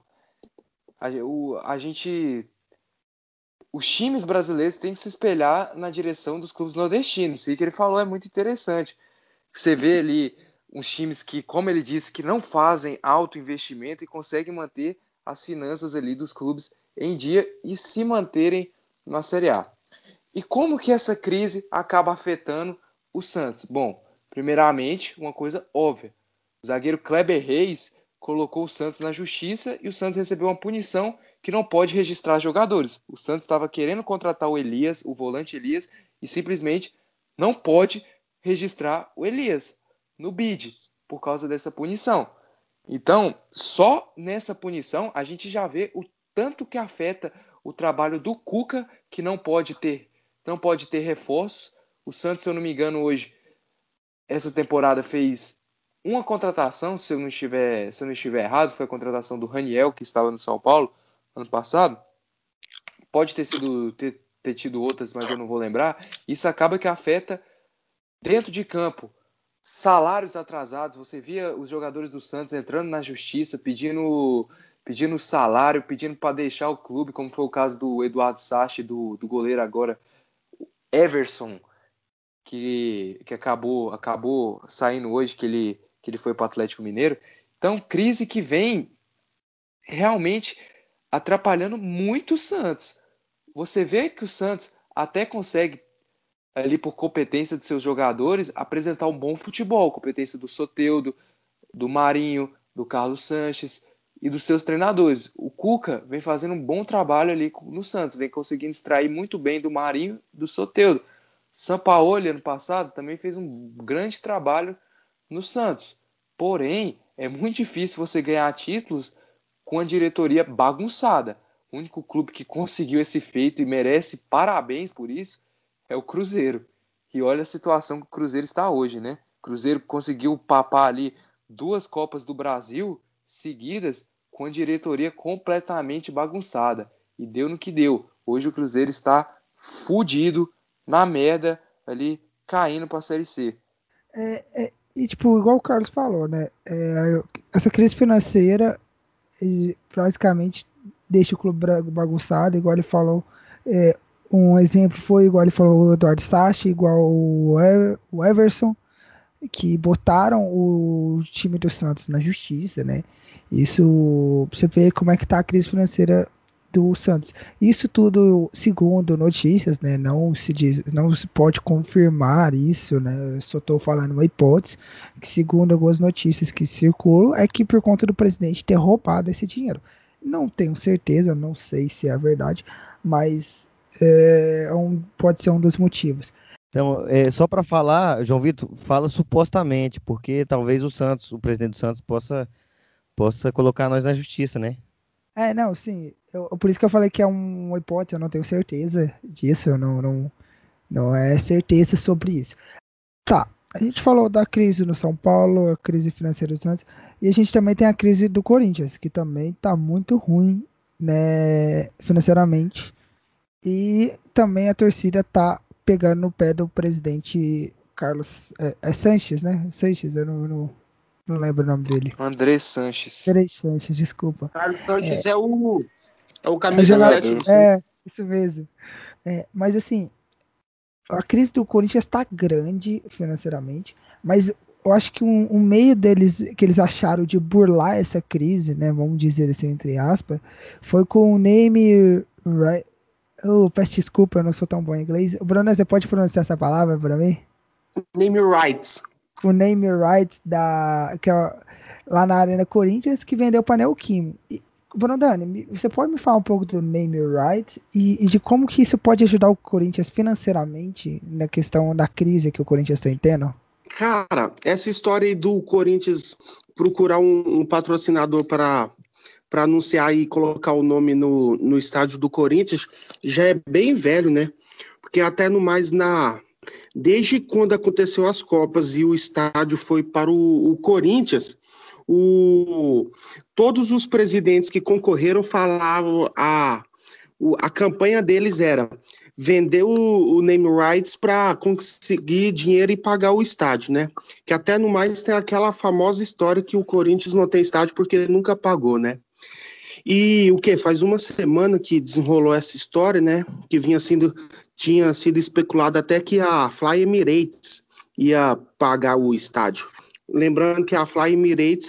a gente, os times brasileiros têm que se espelhar na direção dos clubes nordestinos. Isso que ele falou é muito interessante. Você vê ali uns times que, como ele disse, que não fazem alto investimento e conseguem manter as finanças ali dos clubes em dia e se manterem na Série A. E como que essa crise acaba afetando o Santos? Bom, primeiramente, uma coisa óbvia. O zagueiro Kleber Reis colocou o Santos na justiça e o Santos recebeu uma punição que não pode registrar jogadores. O Santos estava querendo contratar o Elias, o volante Elias, e simplesmente não pode registrar o Elias no bid por causa dessa punição. Então, só nessa punição a gente já vê o tanto que afeta o trabalho do Cuca, que não pode ter reforços. O Santos, se eu não me engano, hoje, essa temporada fez uma contratação, se eu não estiver errado, foi a contratação do Raniel, que estava no São Paulo ano passado. Pode ter tido outras, mas eu não vou lembrar. Isso acaba que afeta dentro de campo. Salários atrasados, você via os jogadores do Santos entrando na justiça, pedindo salário, pedindo para deixar o clube, como foi o caso do Eduardo Sacha, do goleiro agora, Everson, que acabou saindo hoje, que ele foi para o Atlético Mineiro. Então, crise que vem realmente atrapalhando muito o Santos. Você vê que o Santos até consegue, ali por competência de seus jogadores, apresentar um bom futebol, competência do Soteldo, do Marinho, do Carlos Sanches e dos seus treinadores. O Cuca vem fazendo um bom trabalho ali no Santos, vem conseguindo extrair muito bem do Marinho e do Soteldo. Sampaoli, ano passado, também fez um grande trabalho no Santos. Porém, é muito difícil você ganhar títulos com a diretoria bagunçada. O único clube que conseguiu esse feito e merece parabéns por isso é o Cruzeiro. E olha a situação que o Cruzeiro está hoje, né? O Cruzeiro conseguiu papar ali 2 Copas do Brasil seguidas com a diretoria completamente bagunçada. E deu no que deu. Hoje o Cruzeiro está fudido, na merda, ali, caindo para a Série C. E, tipo, igual o Carlos falou, né? Essa crise financeira basicamente deixa o clube bagunçado, igual ele falou. Um exemplo foi, igual ele falou, o Eduardo Sacha, igual o Everson, que botaram o time do Santos na justiça, né? Isso, você vê como é que tá a crise financeira do Santos. Isso tudo, segundo notícias, né? Não se diz, não se pode confirmar isso, né? Eu só estou falando uma hipótese, que segundo algumas notícias que circulam, é que por conta do presidente ter roubado esse dinheiro. Não tenho certeza, não sei se é verdade, mas pode ser um dos motivos. Então, só para falar, João Vitor, fala supostamente, porque talvez o Santos, o presidente do Santos, possa colocar nós na justiça, né? Não, sim. Por isso que eu falei que é uma hipótese, eu não tenho certeza disso, eu não. Não é certeza sobre isso. Tá, a gente falou da crise no São Paulo, a crise financeira do Santos, e a gente também tem a crise do Corinthians, que também tá muito ruim, né, financeiramente. E também a torcida tá pegando no pé do presidente Carlos, Sanches, né? Sanches, eu não lembro o nome dele. André Sanches, Peraí, Sanches, desculpa. Carlos É, Sanches é o é camisa jogador, 7 jogador. do Santos. isso mesmo. Mas assim, a crise do Corinthians está grande financeiramente, mas eu acho que um meio deles que eles acharam de burlar essa crise, né, vamos dizer assim, entre aspas, foi com o name right. Oh, peço desculpa, eu não sou tão bom em inglês. Bruno, você pode pronunciar essa palavra para mim? Name rights. Com o name right lá na Arena Corinthians que vendeu para Neoquímica. Brandani, você pode me falar um pouco do name right e de como que isso pode ajudar o Corinthians financeiramente na questão da crise que o Corinthians está tendo? Cara, essa história aí do Corinthians procurar um patrocinador para anunciar e colocar o nome no estádio do Corinthians já é bem velho, né? Porque até no mais desde quando aconteceu as Copas e o estádio foi para o Corinthians, o, todos os presidentes que concorreram falavam a campanha deles era vender o name rights para conseguir dinheiro e pagar o estádio, né? Que até no mais tem aquela famosa história que o Corinthians não tem estádio porque nunca pagou, né? E o que? Faz uma semana que desenrolou essa história, né? Que tinha sido especulado até que a Fly Emirates ia pagar o estádio. Lembrando que a Fly Emirates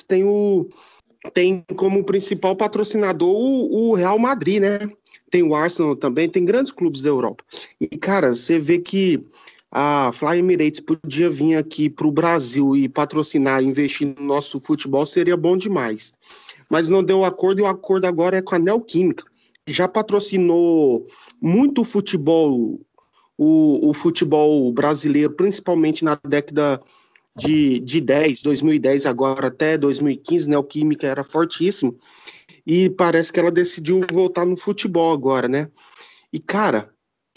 tem como principal patrocinador o Real Madrid, né? Tem o Arsenal também, tem grandes clubes da Europa. E, cara, você vê que a Fly Emirates podia vir aqui para o Brasil e patrocinar, investir no nosso futebol, seria bom demais. Mas não deu acordo, e o acordo agora é com a Neoquímica, que já patrocinou muito futebol, o futebol brasileiro, principalmente na década de 2010 agora até 2015, Neoquímica era fortíssimo, e parece que ela decidiu voltar no futebol agora, né? E, cara,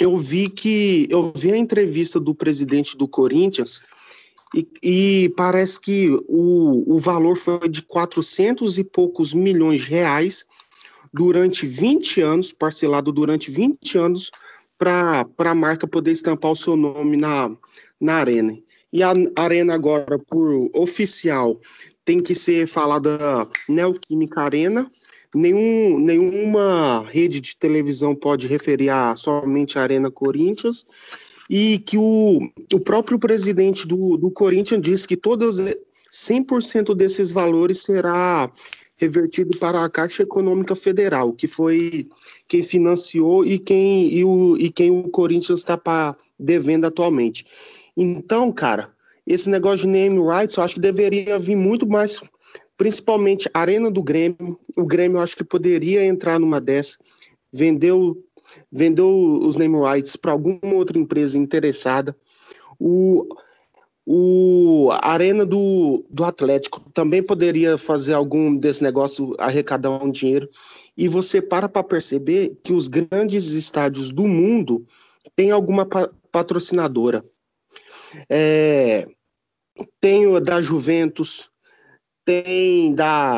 eu vi a entrevista do presidente do Corinthians e parece que o valor foi de 400 e poucos milhões de reais durante 20 anos, parcelado durante 20 anos, para a marca poder estampar o seu nome na arena. E a arena agora, por oficial, tem que ser falada Neoquímica Arena. Nenhuma rede de televisão pode referir somente a Arena Corinthians, e que o próprio presidente do Corinthians disse que 100% desses valores será revertido para a Caixa Econômica Federal, que foi quem financiou e quem o Corinthians está devendo atualmente. Então, cara, esse negócio de name rights, eu acho que deveria vir muito mais, principalmente a Arena do Grêmio. O Grêmio, eu acho que poderia entrar numa dessa, vendeu os name rights para alguma outra empresa interessada. A Arena do Atlético também poderia fazer algum desse negócio, arrecadar um dinheiro. E você para perceber que os grandes estádios do mundo têm alguma patrocinadora. Tem o da Juventus, tem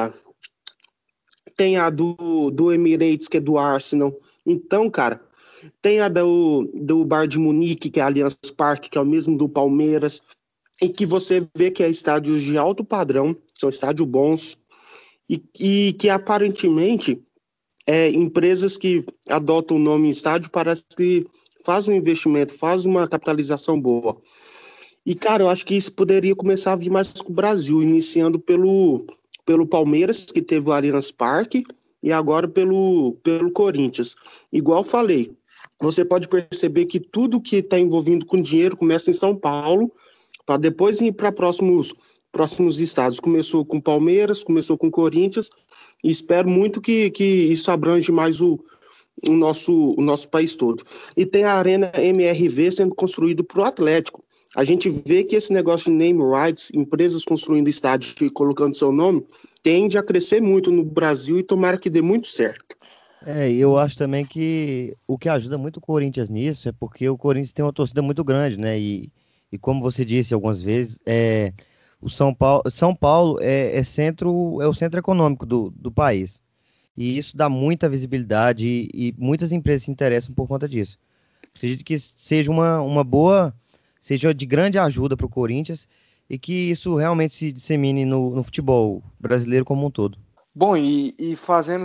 a do Emirates, que é do Arsenal. Então, cara, tem a do Bayern de Munique, que é a Allianz Parque, que é o mesmo do Palmeiras, e que você vê que é estádios de alto padrão, são estádios bons, e que aparentemente empresas que adotam o nome estádio parece que faz um investimento, faz uma capitalização boa. E, cara, eu acho que isso poderia começar a vir mais com o Brasil, iniciando pelo Palmeiras, que teve o Allianz Parque, e agora pelo Corinthians. Igual eu falei, você pode perceber que tudo que está envolvido com dinheiro começa em São Paulo, para depois ir para próximos estados. Começou com Palmeiras, começou com Corinthians, e espero muito que isso abrange mais o nosso país todo. E tem a Arena MRV sendo construída para o Atlético. A gente vê que esse negócio de name rights, empresas construindo estádios e colocando seu nome, tende a crescer muito no Brasil e tomara que dê muito certo. Eu acho também que o que ajuda muito o Corinthians nisso é porque o Corinthians tem uma torcida muito grande, né? E como você disse algumas vezes, o São Paulo é o centro econômico do país. E isso dá muita visibilidade e muitas empresas se interessam por conta disso. Acredito que seja uma boa, seja de grande ajuda para o Corinthians e que isso realmente se dissemine no futebol brasileiro como um todo. Bom, e fazendo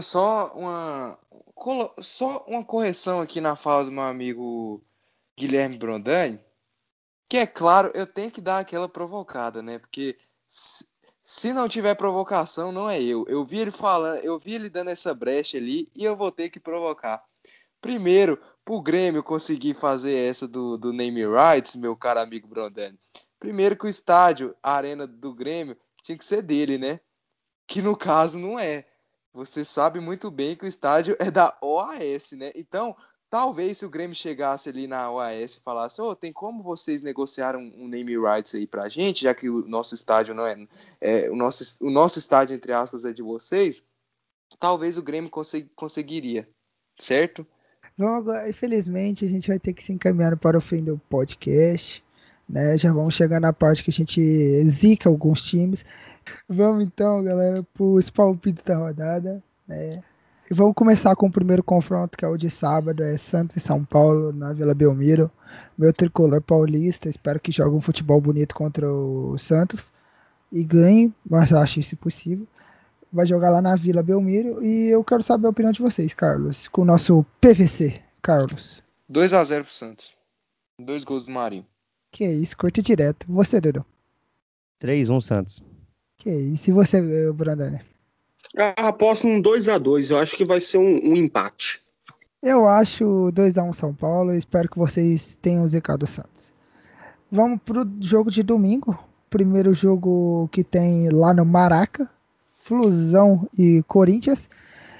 só uma correção aqui na fala do meu amigo Guilherme Brondani, que é claro, eu tenho que dar aquela provocada, né? Porque se não tiver provocação, não é eu. Eu vi ele falando, eu vi ele dando essa brecha ali e eu vou ter que provocar. Primeiro, pro Grêmio conseguir fazer essa do name rights, meu caro amigo Brondani. Primeiro que o estádio, a arena do Grêmio, tinha que ser dele, né? Que no caso não é. Você sabe muito bem que o estádio é da OAS, né? Então, talvez se o Grêmio chegasse ali na OAS e falasse: "Ô, tem como vocês negociarem um name rights aí pra gente, já que o nosso estádio não o nosso estádio, entre aspas, é de vocês", talvez o Grêmio conseguiria, certo? Vamos agora, infelizmente, a gente vai ter que se encaminhar para o fim do podcast, né? Já vamos chegar na parte que a gente zica alguns times. Vamos então, galera, para os palpites da rodada, né? E vamos começar com o primeiro confronto, que é o de sábado, é Santos e São Paulo, na Vila Belmiro. Meu tricolor paulista, espero que jogue um futebol bonito contra o Santos e ganhe, mas acho isso impossível. Vai jogar lá na Vila Belmiro e eu quero saber a opinião de vocês, Carlos, com o nosso PVC, Carlos. 2-0 pro Santos. 2 gols do Marinho. Que é isso, curto e direto. Você, Dudu. 3-1 Santos. Que é isso, e você, Brandani? Aposto um 2-2. Eu acho que vai ser um empate. Eu acho 2-1 São Paulo. Espero que vocês tenham zicado o Santos. Vamos pro jogo de domingo. Primeiro jogo que tem lá no Maraca. Flusão e Corinthians.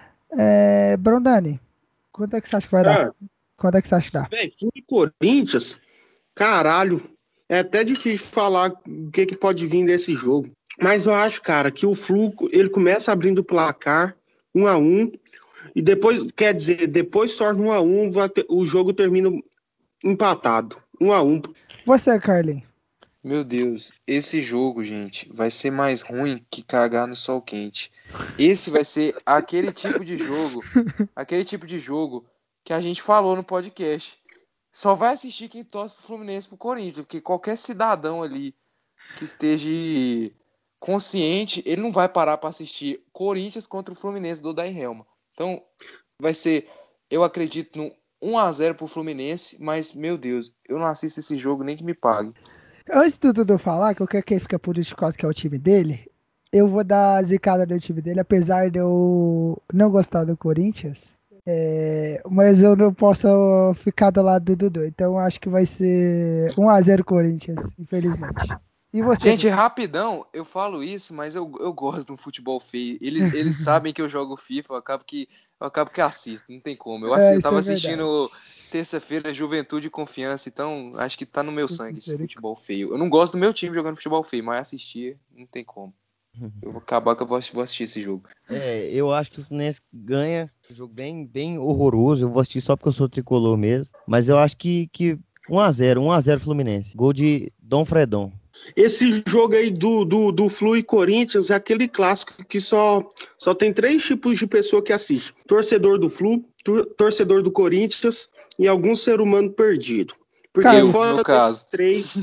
Brandani, quanto é que você acha que vai dar? Ah, Quanto é que você acha que dá? velho, Flu Corinthians, caralho. É até difícil falar o que pode vir desse jogo. Mas eu acho, cara, que o Flu, ele começa abrindo o placar 1-1 e depois, quer dizer, depois torna 1-1, o jogo termina empatado. 1-1. Você, Carlin. Meu Deus, esse jogo, gente, vai ser mais ruim que cagar no sol quente. Esse vai ser aquele tipo de jogo que a gente falou no podcast. Só vai assistir quem torce pro Fluminense e pro Corinthians, porque qualquer cidadão ali que esteja consciente, ele não vai parar para assistir Corinthians contra o Fluminense do Odair Helma. Então, vai ser, eu acredito no 1-0 pro Fluminense, mas meu Deus, eu não assisto esse jogo nem que me pague. Antes do Dudu falar, que eu quero que ele fique por isso por causa que é o time dele, eu vou dar a zicada do time dele, apesar de eu não gostar do Corinthians. Mas eu não posso ficar do lado do Dudu. Então eu acho que vai ser 1-0 Corinthians, infelizmente. E você, Gente, Dudu? rapidão, eu falo isso, mas eu gosto de um futebol feio. Eles sabem que eu jogo FIFA, eu acabo que assisto, não tem como. Eu Isso tava é verdade. assistindo terça-feira Juventude e Confiança, então acho que tá no meu sangue esse Misericórdia. futebol feio. Eu não gosto do meu time jogando futebol feio, mas assistir não tem como. Eu vou acabar que eu vou assistir esse jogo. Eu acho que o Fluminense ganha. Um jogo bem, bem horroroso. Eu vou assistir só porque eu sou tricolor mesmo. Mas eu acho que 1-0 Fluminense. Gol de Dom Fredon. Esse jogo aí do Flu e Corinthians é aquele clássico que só tem três tipos de pessoa que assiste: torcedor do Flu, torcedor do Corinthians e algum ser humano perdido. Porque Cara, No fora desses caso. três,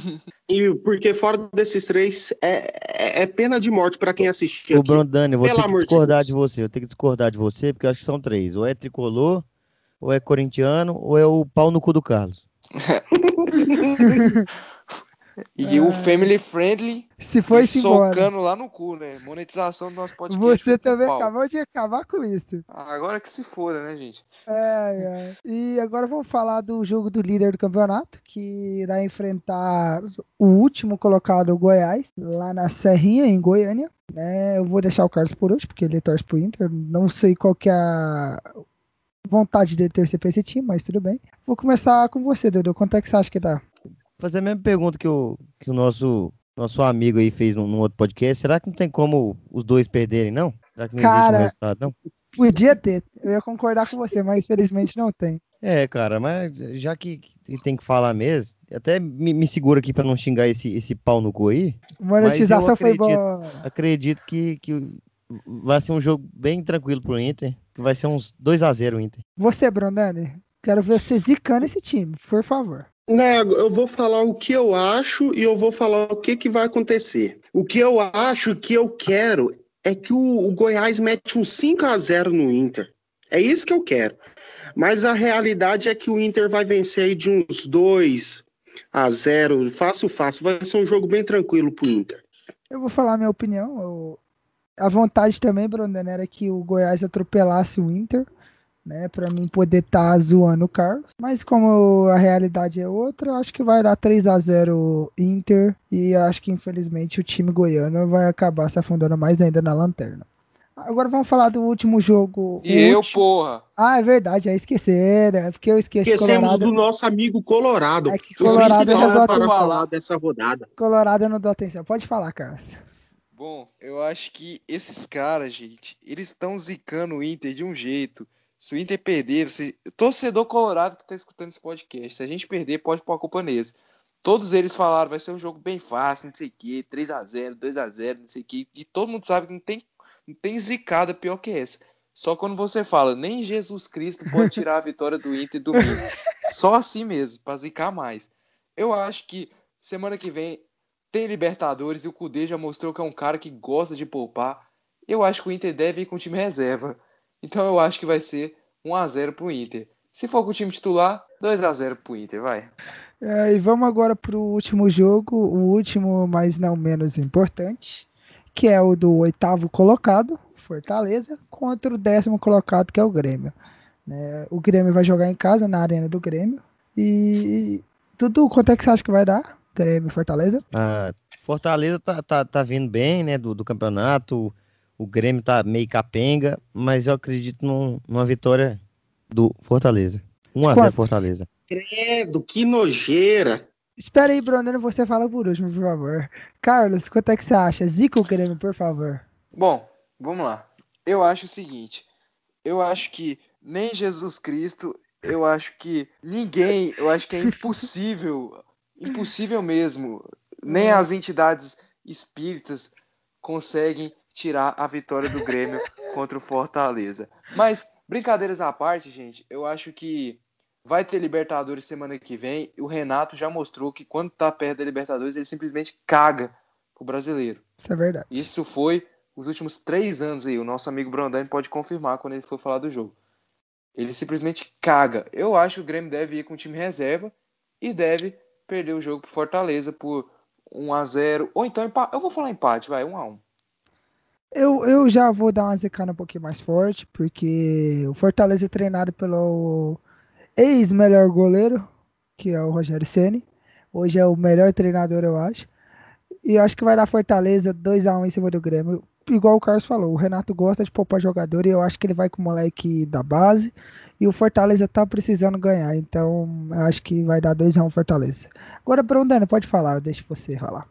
é pena de morte para quem assistir Ô, aquilo. Brondani, eu vou Pelo ter que amor de discordar de Deus. você. Eu tenho que discordar de você, porque eu acho que são três. Ou é tricolor, ou é corintiano, ou é o pau no cu do Carlos. E o ah, Family Friendly se e foi-se embora. socando lá no cu, né? Monetização do nosso podcast foi Você pro também pau. acabou de acabar com isso. Agora que se foda, né, gente? Ai, ai. E agora vamos falar do jogo do líder do campeonato, que irá enfrentar o último colocado, o Goiás, lá na Serrinha, em Goiânia. Eu vou deixar o Carlos por último, porque ele torce pro Inter. Não sei qual que é a vontade dele torcer pra esse time, mas tudo bem. Vou começar com você, Dudu. Quanto é que você acha que dá? Vou fazer a mesma pergunta que o nosso amigo aí fez num outro podcast. Será que não tem como os dois perderem, não? Será que não existe um Cara, resultado, não? Podia ter, eu ia concordar com você, mas infelizmente não tem. Cara, mas já que tem que falar mesmo, até me segura aqui pra não xingar esse pau no cu aí, mas eu Monetização foi embora. acredito que vai ser um jogo bem tranquilo pro Inter, que vai ser uns 2-0 o Inter. Você, Brondani, quero ver você zicando esse time, por favor. Nego, eu vou falar o que eu acho e eu vou falar o que vai acontecer. O que eu acho, o que eu quero é que o Goiás mete um 5-0 no Inter. É isso que eu quero. Mas a realidade é que o Inter vai vencer aí de uns 2-0, fácil, fácil. Vai ser um jogo bem tranquilo pro Inter. Eu vou falar a minha opinião. A vontade também, Brondani, era que o Goiás atropelasse o Inter, né, para mim poder estar zoando o Carlos. Mas como a realidade é outra, eu acho que vai dar 3-0 Inter e acho que infelizmente o time goiano vai acabar se afundando mais ainda na lanterna. Agora vamos falar do último jogo. E eu, porra. Ah, é verdade, já esqueceram. É porque eu esqueço de Esquecemos Colorado. do nosso amigo Colorado, É que o Colorado eu não dou principal para atenção. falar dessa rodada. Colorado eu não dou atenção. Pode falar, Carlos. Bom, eu acho que esses caras, gente, eles estão zicando o Inter de um jeito. Se o Inter perder, torcedor colorado que tá escutando esse podcast, se a gente perder, pode pôr a culpa neles. Todos eles falaram, vai ser um jogo bem fácil, não sei o quê, 3-0, 2-0, não sei o quê. E todo mundo sabe que não tem zicada pior que essa. Só quando você fala, nem Jesus Cristo pode tirar a vitória do Inter domingo. Só assim mesmo, pra zicar mais. Eu acho que semana que vem tem Libertadores e o Cudê já mostrou que é um cara que gosta de poupar. Eu acho que o Inter deve ir com o time reserva. Então eu acho que vai ser 1-0 pro Inter. Se for com o time titular, 2-0 pro Inter, vai. E vamos agora para o último jogo, o último, mas não menos importante, que é o do oitavo colocado, Fortaleza, contra o 10º colocado, que é o Grêmio. O Grêmio vai jogar em casa, na arena do Grêmio. E Dudu, quanto é que você acha que vai dar? Grêmio e Fortaleza? Fortaleza tá vindo bem, né, do campeonato, o Grêmio tá meio capenga, mas eu acredito numa vitória do Fortaleza. 1-0 Quanto? Fortaleza. Credo, que nojeira. Espera aí, Brunano, você fala por último, por favor. Carlos, quanto é que você acha? Zica o Grêmio, por favor. Bom, vamos lá. Eu acho o seguinte. Eu acho que nem Jesus Cristo, eu acho que ninguém, eu acho que é impossível, impossível mesmo. Nem as entidades espíritas conseguem tirar a vitória do Grêmio contra o Fortaleza. Mas, brincadeiras à parte, gente, eu acho que vai ter Libertadores semana que vem. E o Renato já mostrou que quando tá perto da Libertadores, ele simplesmente caga pro brasileiro. Isso é verdade. Isso foi os últimos 3 anos aí. O nosso amigo Brandani pode confirmar quando ele for falar do jogo. Ele simplesmente caga. Eu acho que o Grêmio deve ir com o time reserva e deve perder o jogo pro Fortaleza por 1-0. Ou então empate. Eu vou falar empate, vai, 1-1. Eu já vou dar uma zicada um pouquinho mais forte, porque o Fortaleza é treinado pelo ex-melhor goleiro, que é o Rogério Ceni. Hoje é o melhor treinador, eu acho. E eu acho que vai dar Fortaleza 2-1 em cima do Grêmio. Igual o Carlos falou, o Renato gosta de poupar jogador e eu acho que ele vai com o moleque da base. E o Fortaleza tá precisando ganhar. Então, eu acho que vai dar 2-1 Fortaleza. Agora, Brundano, pode falar, deixa você falar.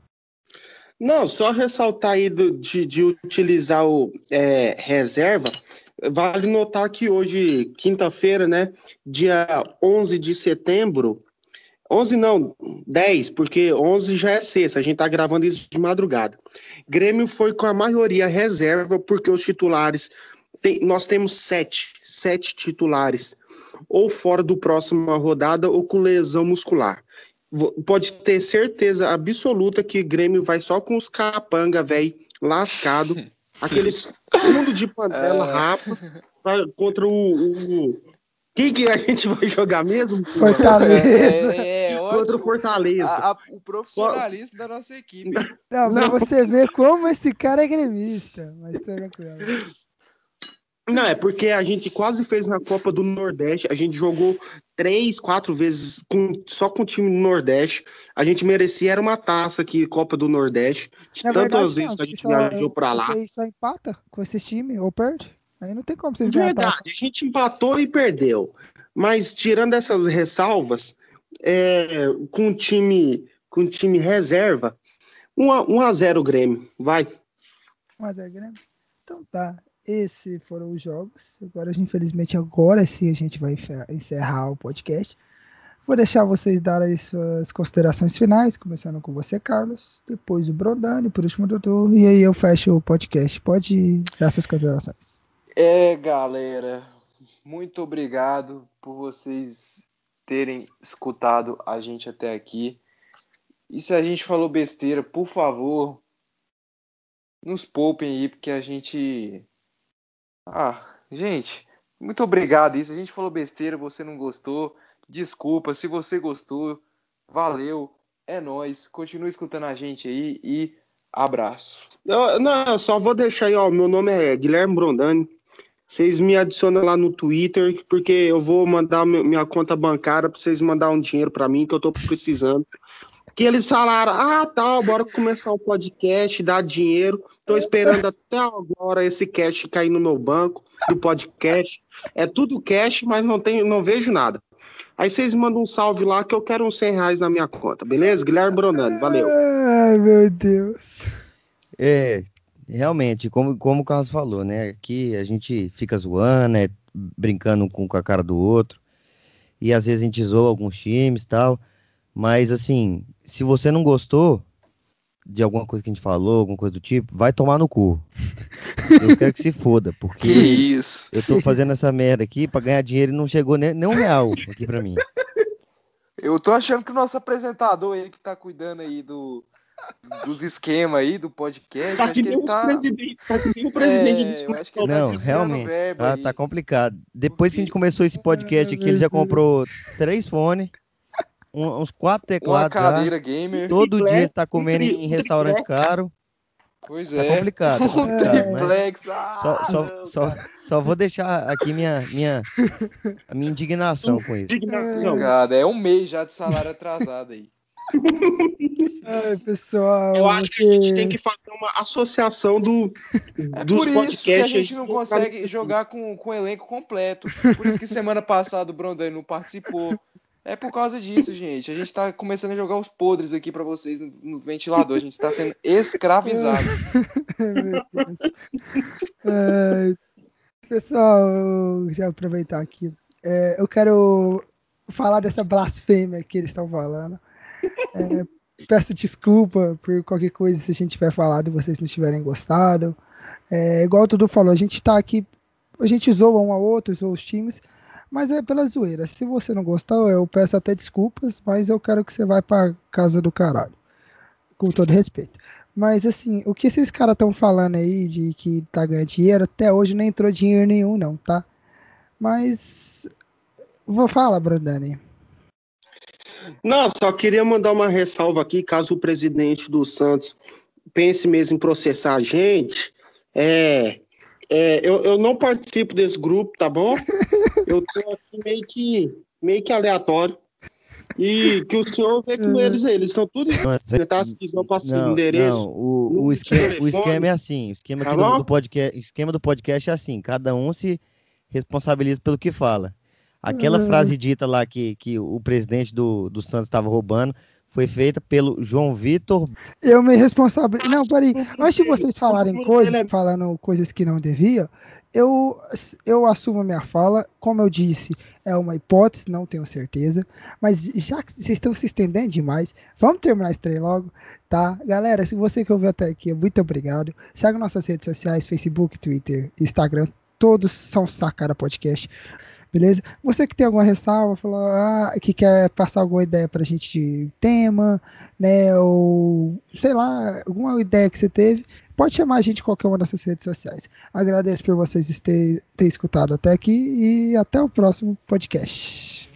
Não, só ressaltar aí de utilizar o reserva. Vale notar que hoje, quinta-feira, né, dia 11 de setembro, 11 não, 10, porque 11 já é sexta, a gente tá gravando isso de madrugada. Grêmio foi com a maioria reserva, porque os titulares, nós temos sete titulares, ou fora do próxima rodada, ou com lesão muscular. Pode ter certeza absoluta que Grêmio vai só com os capanga, velho, lascado, aqueles fundo de panela rapa, contra o quem que a gente vai jogar mesmo, porra? Fortaleza. É Contra o ótimo Fortaleza. o profissionalismo da nossa equipe. Não, pra Não, você ver como esse cara é gremista. Mas tranquilo. não, é porque a gente quase fez na Copa do Nordeste. A gente jogou 3, 4 vezes só com o time do Nordeste. A gente merecia era uma taça aqui, Copa do Nordeste. De Na tantas verdade, vezes não, que a que gente só, viajou pra lá. vocês só empata com esses times ou perde. Aí não tem como vocês ganhar a Verdade, taça. a gente empatou e perdeu. Mas tirando essas ressalvas, com time reserva, 1-0 Grêmio. Vai. Mas é Grêmio. Então tá. esses foram os jogos. Agora, infelizmente, agora sim a gente vai encerrar o podcast. Vou deixar vocês darem suas considerações finais, começando com você, Carlos, depois o Brondani, por último o Dudu, e aí eu fecho o podcast. Pode dar suas considerações. Galera, muito obrigado por vocês terem escutado a gente até aqui. E se a gente falou besteira, por favor, nos poupem aí, porque a gente... gente, muito obrigado. E se a gente falou besteira, você não gostou, desculpa. Se você gostou, valeu. É nóis. Continue escutando a gente aí e abraço. Eu só vou deixar aí, ó. Meu nome é Guilherme Brondani. Vocês me adicionam lá no Twitter, porque eu vou mandar minha conta bancária para vocês mandarem um dinheiro para mim, que eu tô precisando. Que eles falaram, bora começar o podcast, dar dinheiro. Tô esperando até agora esse cash cair no meu banco do podcast. É tudo cash, mas não vejo nada. Aí vocês mandam um salve lá que eu quero uns R$100 na minha conta, beleza? Guilherme Brondani, valeu. Ai, meu Deus. Realmente, como o Carlos falou, né? Aqui a gente fica zoando, né? Brincando com a cara do outro. E às vezes a gente zoa alguns times e tal. Mas assim, se você não gostou de alguma coisa que a gente falou, alguma coisa do tipo, vai tomar no cu. Eu quero que se foda, Que porque isso? eu tô fazendo essa merda aqui pra ganhar dinheiro e não chegou nem R$1 aqui pra mim. Eu tô achando que o nosso apresentador aí que tá cuidando aí dos esquemas aí do podcast, Tá acho que que nem ele os tá... presidente, tá que nem o presidente eu acho que ele tá Não, desviando o realmente, verbo tá aí. complicado. Depois que a gente começou esse podcast aqui, ele já comprou 3 fones, uns 4 Uma teclados já. cadeira gamer. Todo dia ele tá comendo em restaurante triplex. caro. Pois Tá é. complicado, tá Um complicado, mas triplex. só vou deixar aqui a minha indignação com isso. Indignação. Complicado. É um mês já de salário atrasado aí. Ai, pessoal, Eu acho que a gente tem que fazer uma associação É dos por isso que a podcasts. gente não consegue jogar com o elenco completo. Por isso que semana passada o Brondani não participou. É por causa disso, gente. A gente tá começando a jogar os podres aqui pra vocês no ventilador. A gente tá sendo escravizado. meu Deus. Ai, pessoal, eu já aproveitar aqui. Eu quero falar dessa blasfêmia que eles estão falando. Peço desculpa por qualquer coisa se a gente tiver falado e vocês não tiverem gostado. Igual o Dudu falou, a gente tá aqui, a gente zoa um ao outro, zoa os times, mas é pela zoeira. Se você não gostou, eu peço até desculpas, mas eu quero que você vá pra casa do caralho. Com todo respeito. Mas assim, o que esses caras estão falando aí de que tá ganhando dinheiro, até hoje não entrou dinheiro nenhum, não, tá? Mas. Vou falar, Brandani. Não, só queria mandar uma ressalva aqui, caso o presidente do Santos pense mesmo em processar a gente. Eu não participo desse grupo, tá bom? Eu tô aqui meio que aleatório. E que o senhor vê com eles aí. Eles estão tudo tá? Se quiser, eu passo o endereço. O esquema é assim. O esquema aqui do podcast, o esquema do podcast é assim: cada um se responsabiliza pelo que fala. Aquela frase dita lá que o presidente do Santos estava roubando foi feita pelo João Vitor. Eu me responsabilizo. Não, peraí. Antes de vocês falarem coisas, falando coisas que não devia, eu assumo a minha fala. Como eu disse, é uma hipótese, não tenho certeza. Mas já que vocês estão se estendendo demais, vamos terminar esse trem logo, tá? Galera, se você que ouviu até aqui, muito obrigado. Segue nossas redes sociais, Facebook, Twitter, Instagram. Todos são Sacara Podcast. Beleza? Você que tem alguma ressalva, que quer passar alguma ideia pra gente de tema, né? Ou sei lá, alguma ideia que você teve, pode chamar a gente em qualquer uma dessas redes sociais. Agradeço por vocês terem escutado até aqui e até o próximo podcast.